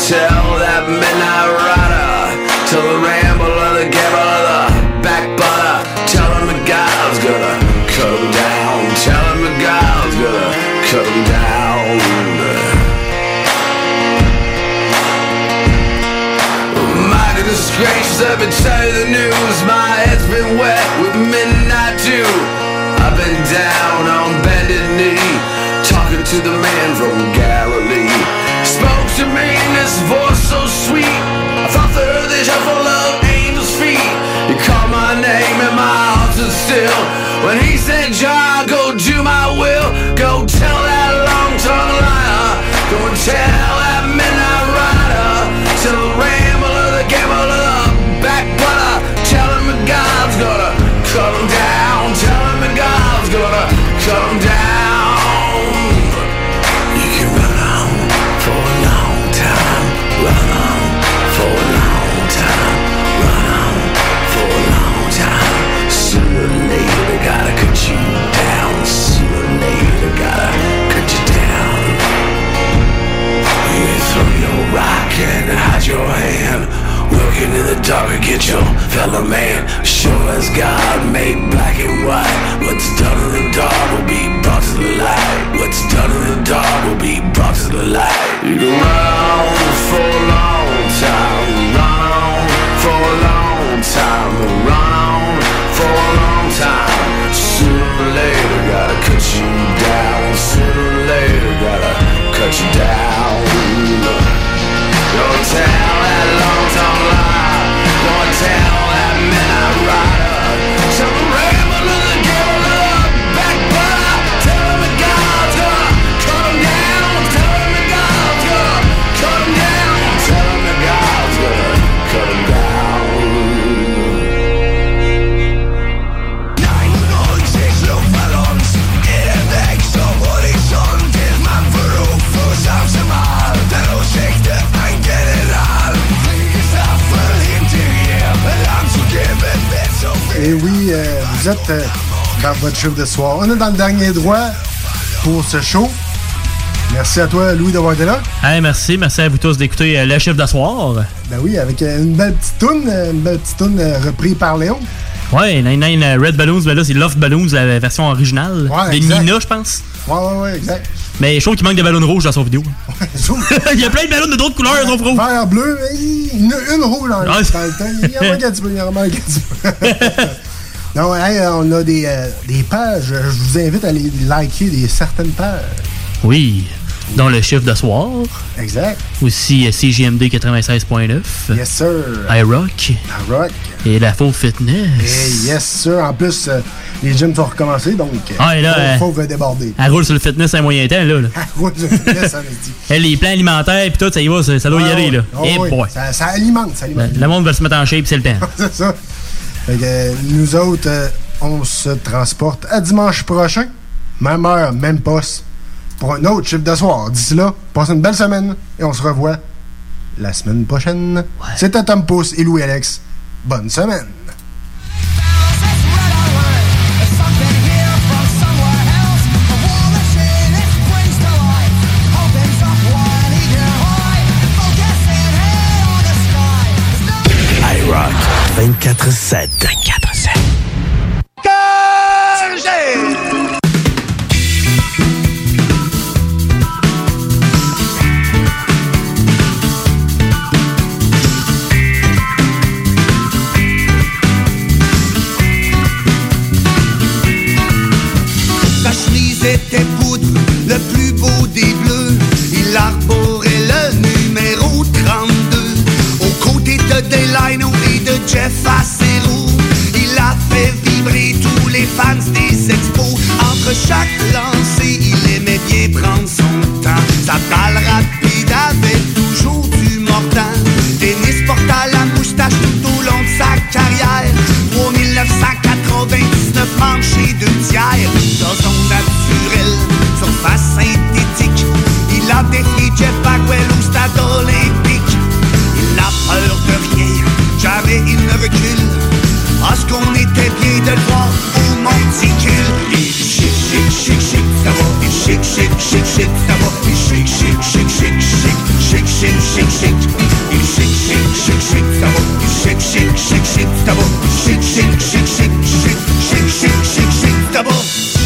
tell that midnight rider, tell the rambler, the gambler, the backbiter, tell him the God's gonna cut him down, tell him the God's gonna cut him down. My goodness gracious, let me tell you the news, my head's been wet with midnight dew. I've been down on bended knee, talking to the man from Galilee. He spoke to me in this voice so sweet, I thought the earth is full of angels' feet. He called my name and my heart stood still when he said, John, go do my will. Go tell that long-tongued liar, go and tell that midnight rider, tell the rambler, the gambler, the backbiter, tell him that God's gonna cut him down, tell him that God's gonna cut him down. You can run on for a long time, run on for a long time, run on for a long time. Sooner or later they gotta cut you down, sooner or later they gotta cut you down. You throw your rock and hide your hand, working in the dark and get your fellow man. Sure as God made black and white, what's done in the dark will be brought to the light. What's done in the dark will be brought to the light. You can run on for a long time, run on for a long time, run on for a long time. Sooner or later gotta cut you down, sooner or later gotta cut you down. Don't tell that long-tongue lie, don't tell that midnight rider, tell the rambler, the gambler, the backbiter, tell him that God's gonna cut him down, tell him that God's gonna cut him down, tell him that God's gonna cut him down. Et oui, euh, vous êtes euh, dans votre chiffre de soir. On est dans le dernier droit pour ce show. Merci à toi, Louis, d'avoir été là. Hey, merci. Merci à vous tous d'écouter euh, le chiffre de soir. Ben oui, avec euh, une belle petite toune, une belle petite toune euh, reprise par Léon. Ouais, ninety-nine Red Balloons, ben là, c'est Love Balloons, la version originale. Ouais, de exact. Nina, je pense. Ouais, ouais, ouais, exact. Mais je trouve qu'il manque de ballons rouges dans son vidéo. Il y a plein de ballons de d'autres couleurs, ils sont rouges. Vert, bleu, une, une rouge dans, ouais, dans le temps. Il y en manque un petit peu, il y en manque un petit peu. Non, hey, on a des, euh, des pages. Je vous invite à les liker des certaines pages. Oui. Dont le chiffre de soir. Exact. Aussi C J M D quatre-vingt-seize point neuf. Yes, sir. iRock. iRock. Et la Fauve Fitness. Et yes, sir. En plus, euh, les gyms sont recommencés, donc ah, et là, Fauve va déborder. Elle roule sur le fitness à un moyen temps, là. là. Elle roule sur le fitness, ça me dit. Et les plans alimentaires, puis tout, ça y va, ça, ça doit ah, y aller, là. Oh, et oui. boy. Ça, ça alimente, ça alimente. Le, le monde va se mettre en shape, c'est le temps. C'est ça. Fait que, euh, nous autres, euh, on se transporte à dimanche prochain. Même heure, même poste. Pour un autre chiffre de soir. D'ici là, passez une belle semaine et on se revoit la semaine prochaine. Ouais. C'était Tom Pouce et Louis Alex. Bonne semaine. iRock vingt-quatre sept. vingt-quatre sept. Était poudre, le plus beau des bleus. Il arborait le numéro trente-deux. Aux côtés de Delano et de Jeff Acero, il shake, shake. Il shake, shake, shake, shake, ça va. Il shake, shake, shake, shake, ça va. Il shake, shake, shake, shake, shake, shake, shake, shake, shake, ça va.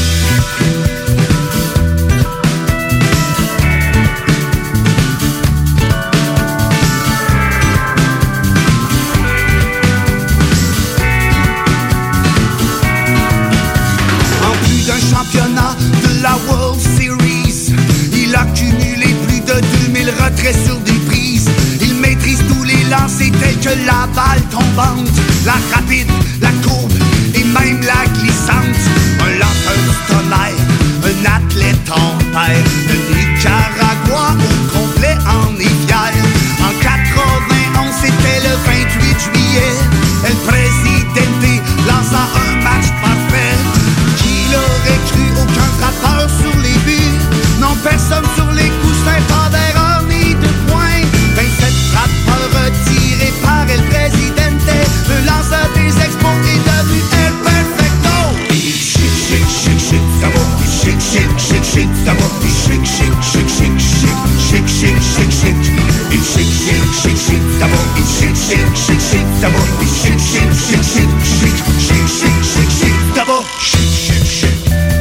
Championnat de la World Series, il a cumulé plus de deux mille retraits sur des prises. Il maîtrise tous les lancers tels que la balle tombante, la rapide, la courbe et même la glissante. Un lanceur stellaire, un athlète en paire, le Nicaragua au complet en est fier. En quatre-vingt-onze, c'était le vingt-huit juillet, El Presidente lança un match parfait. Qui l'aurait cru, aucun frappeur sur les buts, non personne sur les coussins, pas d'erreur ni de points. vingt-sept frappeurs retirés par El Presidente, le lanceur des expos est devenu El Perfecto. Il shake, shake, shake, shake, ça va. Il shake, shake, shake, shake, ça va. Il shake, shake, shake, shake, shake, shake, shake, shake, shake. Il shake, shake, shake, shake, ça va. Il shake, shake, shake, shake, ça va. Il shake, shake, shake, shake, shake, shake, shake, shake, shake, ça va. Shake, shake, shake.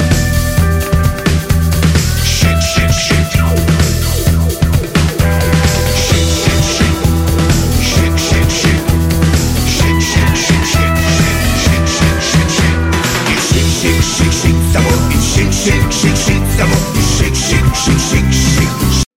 Shake, shake, shake. Shake, shake, shake. Shake, shake, shake. Shake, shake, shake, shake, shake, shake, shake, shake. Il shake, shake, shake, shake, ça va. Il shake, shake, shake, shake, ça va. Il shake, shake, shake, shake, shake.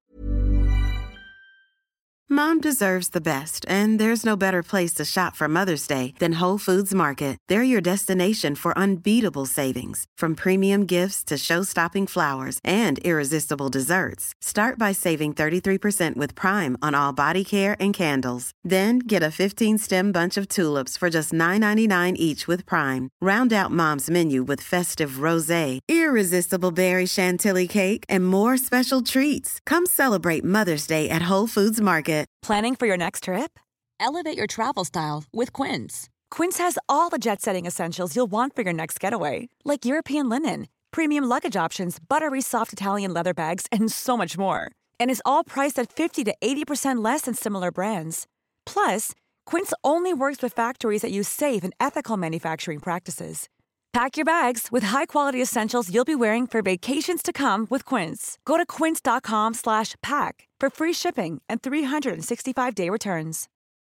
Mom deserves the best, and there's no better place to shop for Mother's Day than Whole Foods Market. They're your destination for unbeatable savings, from premium gifts to show-stopping flowers and irresistible desserts. Start by saving thirty-three percent with Prime on all body care and candles. Then get a fifteen-stem bunch of tulips for just nine ninety-nine each with Prime. Round out Mom's menu with festive rosé, irresistible berry chantilly cake, and more special treats. Come celebrate Mother's Day at Whole Foods Market. Planning for your next trip? Elevate your travel style with Quince. Quince has all the jet-setting essentials you'll want for your next getaway, like European linen, premium luggage options, buttery soft Italian leather bags, and so much more. And is all priced at fifty to eighty percent less than similar brands. Plus, Quince only works with factories that use safe and ethical manufacturing practices. Pack your bags with high-quality essentials you'll be wearing for vacations to come with Quince. Go to quince.com slash pack for free shipping and three sixty-five day returns.